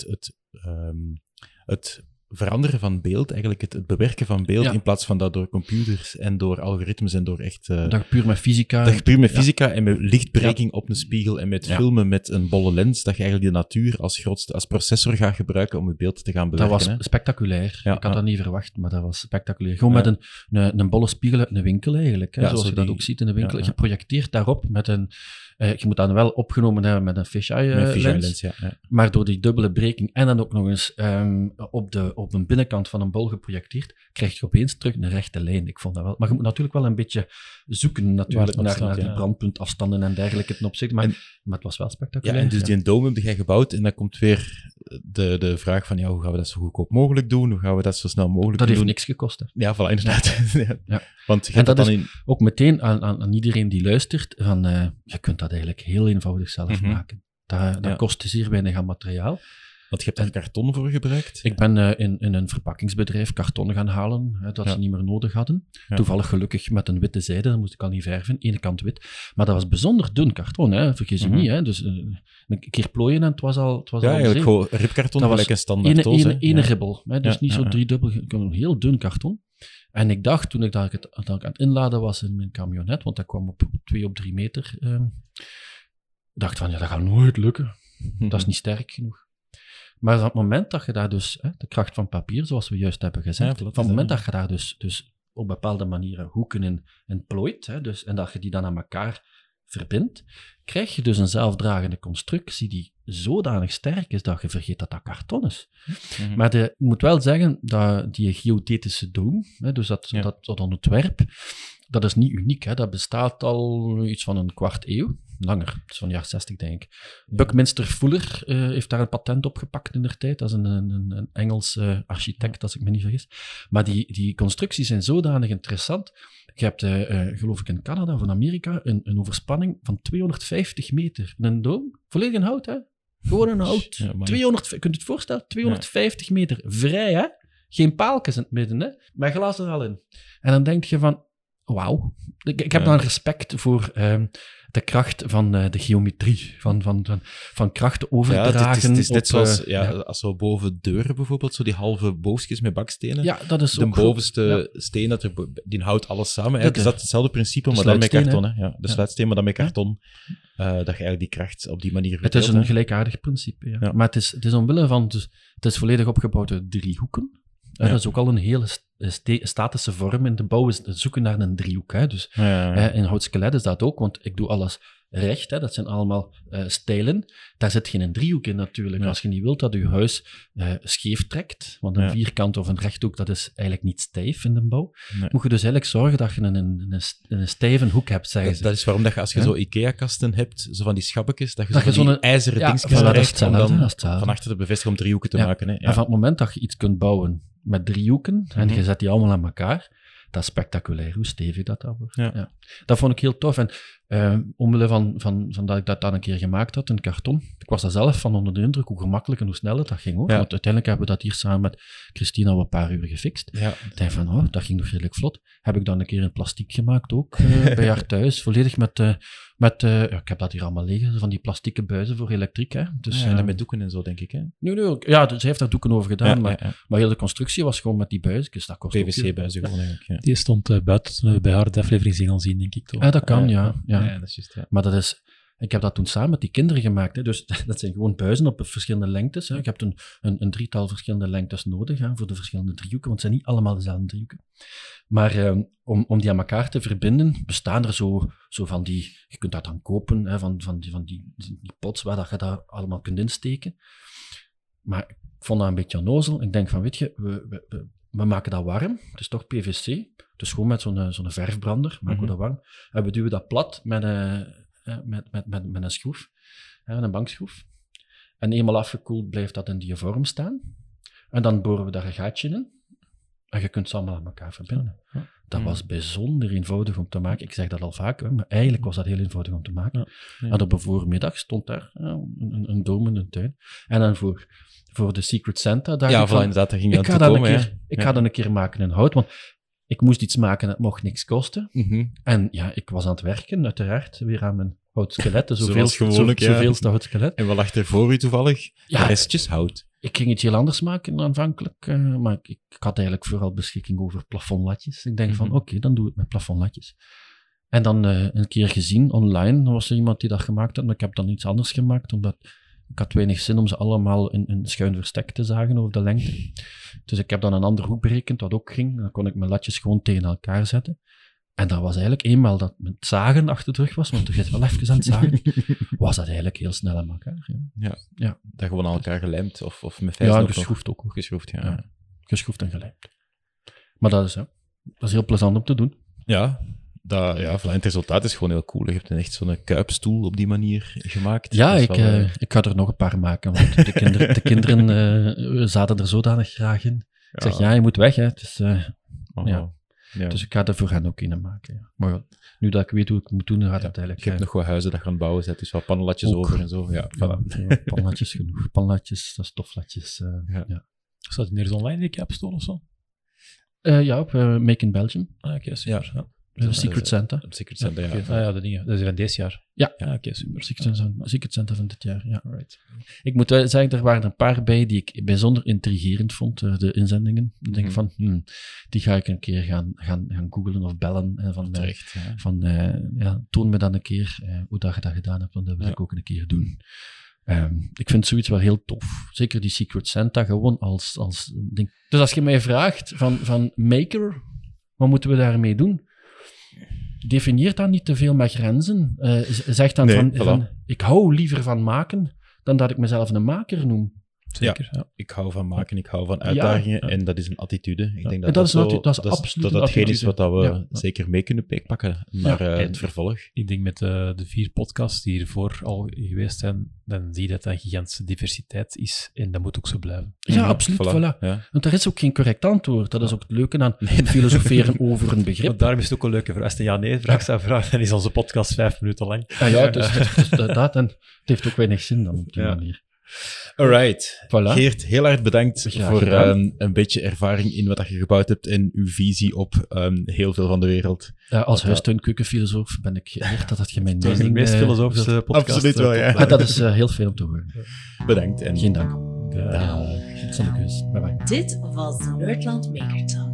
het veranderen van beeld, eigenlijk het bewerken van beeld, in plaats van dat door computers en door algoritmes en door echt...
dat puur met fysica.
Dat puur met fysica en met lichtbreking op een spiegel en met filmen met een bolle lens, dat je eigenlijk de natuur als processor gaat gebruiken om je beeld te gaan bewerken.
Dat was spectaculair. Ja, ik had dat niet verwacht, maar dat was spectaculair. Gewoon met een bolle spiegel uit een winkel eigenlijk, hè, zoals je dat ook ziet in de winkel. Je projecteert daarop met een... je moet dan wel opgenomen hebben met een fisheye lens, maar door die dubbele breking en dan ook nog eens op een binnenkant van een bol geprojecteerd, krijg je opeens terug een rechte lijn. Ik vond dat wel. Maar je moet natuurlijk wel een beetje zoeken natuurlijk naar die brandpuntafstanden en dergelijke ten opzichte. Maar het was wel spectaculair.
Ja, en dus die dome heb jij gebouwd en dan komt weer de vraag van hoe gaan we dat zo goedkoop mogelijk doen? Hoe gaan we dat zo snel mogelijk doen?
Dat heeft niks gekost. Hè?
Ja, voilà, inderdaad. Ja. Want je
en dat
dan
is ook meteen aan iedereen die luistert, van je kunt dat eigenlijk heel eenvoudig zelf maken. Dat kost zeer weinig aan materiaal.
Want je hebt daar karton voor gebruikt?
Ik ben in een verpakkingsbedrijf karton gaan halen, dat ze niet meer nodig hadden. Ja. Toevallig gelukkig met een witte zijde, dat moest ik al niet verven. Ene kant wit. Maar dat was bijzonder dun karton, vergis je niet. Hè. Dus een keer plooien en het was al
eigenlijk gewoon ribkarton, gelijk een standaard doos.
Ene ribbel, dus niet zo driedubbel, een heel dun karton. En ik dacht, toen ik aan het inladen was in mijn camionet, want dat kwam op 2 op 3 meter, dacht van, dat gaat nooit lukken. Dat is niet sterk genoeg. Maar op het moment dat je daar dus, de kracht van papier, zoals we juist hebben gezegd, op het moment dat je daar dus op bepaalde manieren hoeken in plooit, dus, en dat je die dan aan elkaar verbindt, krijg je dus een zelfdragende constructie die zodanig sterk is dat je vergeet dat dat karton is. Maar ik moet wel zeggen dat die geodätische dome, dus dat ontwerp, dat is niet uniek. Hè. Dat bestaat al iets van een kwart eeuw. Langer, dat is van de jaren 60, denk ik. Buckminster Fuller heeft daar een patent op gepakt in der tijd. Dat is een Engels architect, als ik me niet vergis. Maar die constructies zijn zodanig interessant. Je hebt, geloof ik, in Canada of in Amerika een overspanning van 250 meter. Een dome, volledig in hout, hè? Gewoon een hout. Ja, 200, kunt je het voorstellen? 250 meter, vrij, hè? Geen paaltjes in het midden, hè? Met glas er al in. En dan denk je van, wauw. Ik heb dan respect voor de kracht van de geometrie, van krachten overdragen.
Het is net
op,
zoals als zo boven deuren bijvoorbeeld, zo die halve boogjes met bakstenen.
Ja, dat is
de
ook
bovenste steen, die houdt alles samen. Eigenlijk is dat hetzelfde principe, maar dan met karton. Hè? Ja, de sluitsteen, maar dan met karton. Dat je eigenlijk die kracht op die manier verdeelt.
Het is een gelijkaardig principe, ja. Maar het is omwille van... Dus, het is volledig opgebouwd uit driehoeken. Dat is ook al een hele statische vorm in de bouw, is zoeken naar een driehoek. Hè. Dus in houtskelet is dat ook, want ik doe alles recht, hè. Dat zijn allemaal stijlen. Daar zit geen driehoek in natuurlijk. Als je niet wilt dat je huis scheef trekt, want een vierkant of een rechthoek, dat is eigenlijk niet stijf in de bouw, moet je dus eigenlijk zorgen dat je een stijve hoek hebt, zeggen ze.
Dat is waarom dat je, als je zo IKEA-kasten hebt, zo van die schabbekjes, dat je zo'n ijzeren dingetjes krijgt om dan van achter te bevestigen om driehoeken te maken. Hè. Ja.
En van het moment dat je iets kunt bouwen met driehoeken, en je zet die allemaal aan elkaar, dat is spectaculair, hoe stevig dat wordt. Ja. Dat vond ik heel tof. En omwille van dat ik dat dan een keer gemaakt had in karton, ik was daar zelf van onder de indruk hoe gemakkelijk en hoe snel dat ging ook. Ja. Want uiteindelijk hebben we dat hier samen met Christina al een paar uur gefixt. Ja. Ik dacht van, dat ging nog redelijk vlot. Heb ik dan een keer in plastic gemaakt ook, bij haar thuis, volledig met ik heb dat hier allemaal liggen, van die plastieke buizen voor elektriek. Hè. Dus,
en met doeken en zo, denk ik. Hè?
Nee, ja, dus ze heeft daar doeken over gedaan, maar heel de constructie was gewoon met die buizen. Dat kost
PVC-buizen gewoon eigenlijk. Ja.
Die stond buiten bij haar de aflevering zien zien, denk ik toch?
Dat kan, ja.
Ja, dat is juist, ja.
Maar dat is... Ik heb dat toen samen met die kinderen gemaakt. Hè. Dus dat zijn gewoon buizen op verschillende lengtes. Hè. Je hebt een drietal verschillende lengtes nodig voor de verschillende driehoeken, want het zijn niet allemaal dezelfde driehoeken. Maar om die aan elkaar te verbinden, bestaan er zo van die... Je kunt dat dan kopen, hè, van die pots waar dat je dat allemaal kunt insteken. Maar ik vond dat een beetje onnozel. Ik denk van, weet je, we maken dat warm. Het is toch PVC. Dus gewoon met zo'n verfbrander maken we dat warm. En we duwen dat plat met een schroef, een bankschroef. En eenmaal afgekoeld blijft dat in die vorm staan. En dan boren we daar een gaatje in. En je kunt ze allemaal aan elkaar verbinden. Dat was bijzonder eenvoudig om te maken. Ik zeg dat al vaak, maar eigenlijk was dat heel eenvoudig om te maken. En op een voormiddag stond daar een doom in de tuin. En dan voor de Secret Santa dacht ik van,
inderdaad, daar ging je aan toe komen.
Ik ga dat een keer maken in hout, want ik moest iets maken, het mocht niks kosten. En ik was aan het werken, uiteraard, weer aan mijn houtskelet, zoveelste houtskelet.
En wat lag er voor u toevallig? Restjes hout.
Ik ging iets heel anders maken aanvankelijk, maar ik had eigenlijk vooral beschikking over plafondlatjes. Ik denk van, oké, dan doe ik het met plafondlatjes. En dan een keer gezien online, was er iemand die dat gemaakt had, maar ik heb dan iets anders gemaakt, omdat ik had weinig zin om ze allemaal in schuin verstek te zagen over de lengte. Dus ik heb dan een andere hoek berekend, wat ook ging. Dan kon ik mijn latjes gewoon tegen elkaar zetten. En dat was eigenlijk, eenmaal dat het zagen achter de rug was, want je zit wel even aan het zagen, was dat eigenlijk heel snel aan elkaar.
Ja. Dat gewoon aan elkaar gelijmd of met vijs.
Ja, geschroefd ook.
Geschroefd,
Geschroefd en gelijmd. Maar dat is heel plezant om te doen.
Ja. Het resultaat is gewoon heel cool. Je hebt echt zo'n kuipstoel op die manier gemaakt.
Ja, ik ga er nog een paar maken, want de kinderen zaten er zodanig graag in. Ik zeg, je moet weg, hè. Het is, Dus ik ga er voor hen ook in maken. Ja. Maar nu dat ik weet hoe ik het moet doen, gaat het eigenlijk...
Je hebt nog wat huizen dat gaan bouwen, zet dus wat pannenlatjes over en zo. Ja, voilà.
Pannenlatjes genoeg. Pannenlatjes, dat is stoflatjes.
Staat het nergens online, die capstone of zo?
Op Make in Belgium.
Oké, super. Ja.
Secret Santa.
Secret Santa,
de dingen. Dat is van dit jaar.
Ja.
Oké, super.
Secret Santa van dit jaar, ja. Right. Ik moet zeggen, er waren een paar bij die ik bijzonder intrigerend vond, de inzendingen. Ik denk van, die ga ik een keer gaan googlen of bellen. Toon me dan een keer hoe dat je dat gedaan hebt, want dat wil ik ook een keer doen. Ik vind zoiets wel heel tof. Zeker die Secret Santa, gewoon als ding. Dus als je mij vraagt van maker, wat moeten we daarmee doen? Definieert dan niet te veel met grenzen. Zeg dan van, ik hou liever van maken dan dat ik mezelf een maker noem.
Zeker. Ja. Ik hou van maken, ik hou van uitdagingen en dat is een attitude. Ik denk
dat is absoluut
datgene is wat we zeker mee kunnen pakken naar het vervolg.
Ik denk met de 4 podcasts die hiervoor al geweest zijn, dan zie je dat een gigantische diversiteit is en dat moet ook zo blijven.
Ja, absoluut. Voilà. Ja. Want er is ook geen correct antwoord. Dat is ook het leuke aan filosoferen over een begrip.
Want daarom is het ook wel leuk. Als je een ja-nee-vraag zou vragen, dan is onze podcast 5 minuten lang.
Dus het heeft ook weinig zin dan op die manier.
Alright.
Voilà.
Geert, heel erg bedankt
Graag
voor
gedaan.
een beetje ervaring in wat je gebouwd hebt en uw visie op heel veel van de wereld.
Als huistuin-keukenfilosoof ben ik geëerd dat je mijn
Dat is de
mening...
meest filosofische podcast.
Absoluut wel, ja.
Dat is heel fijn om te horen.
Bedankt. En
Geen dank.
Dag.
Het is een keus. Bye bye.
Dit was de Nerdland Maker Talk.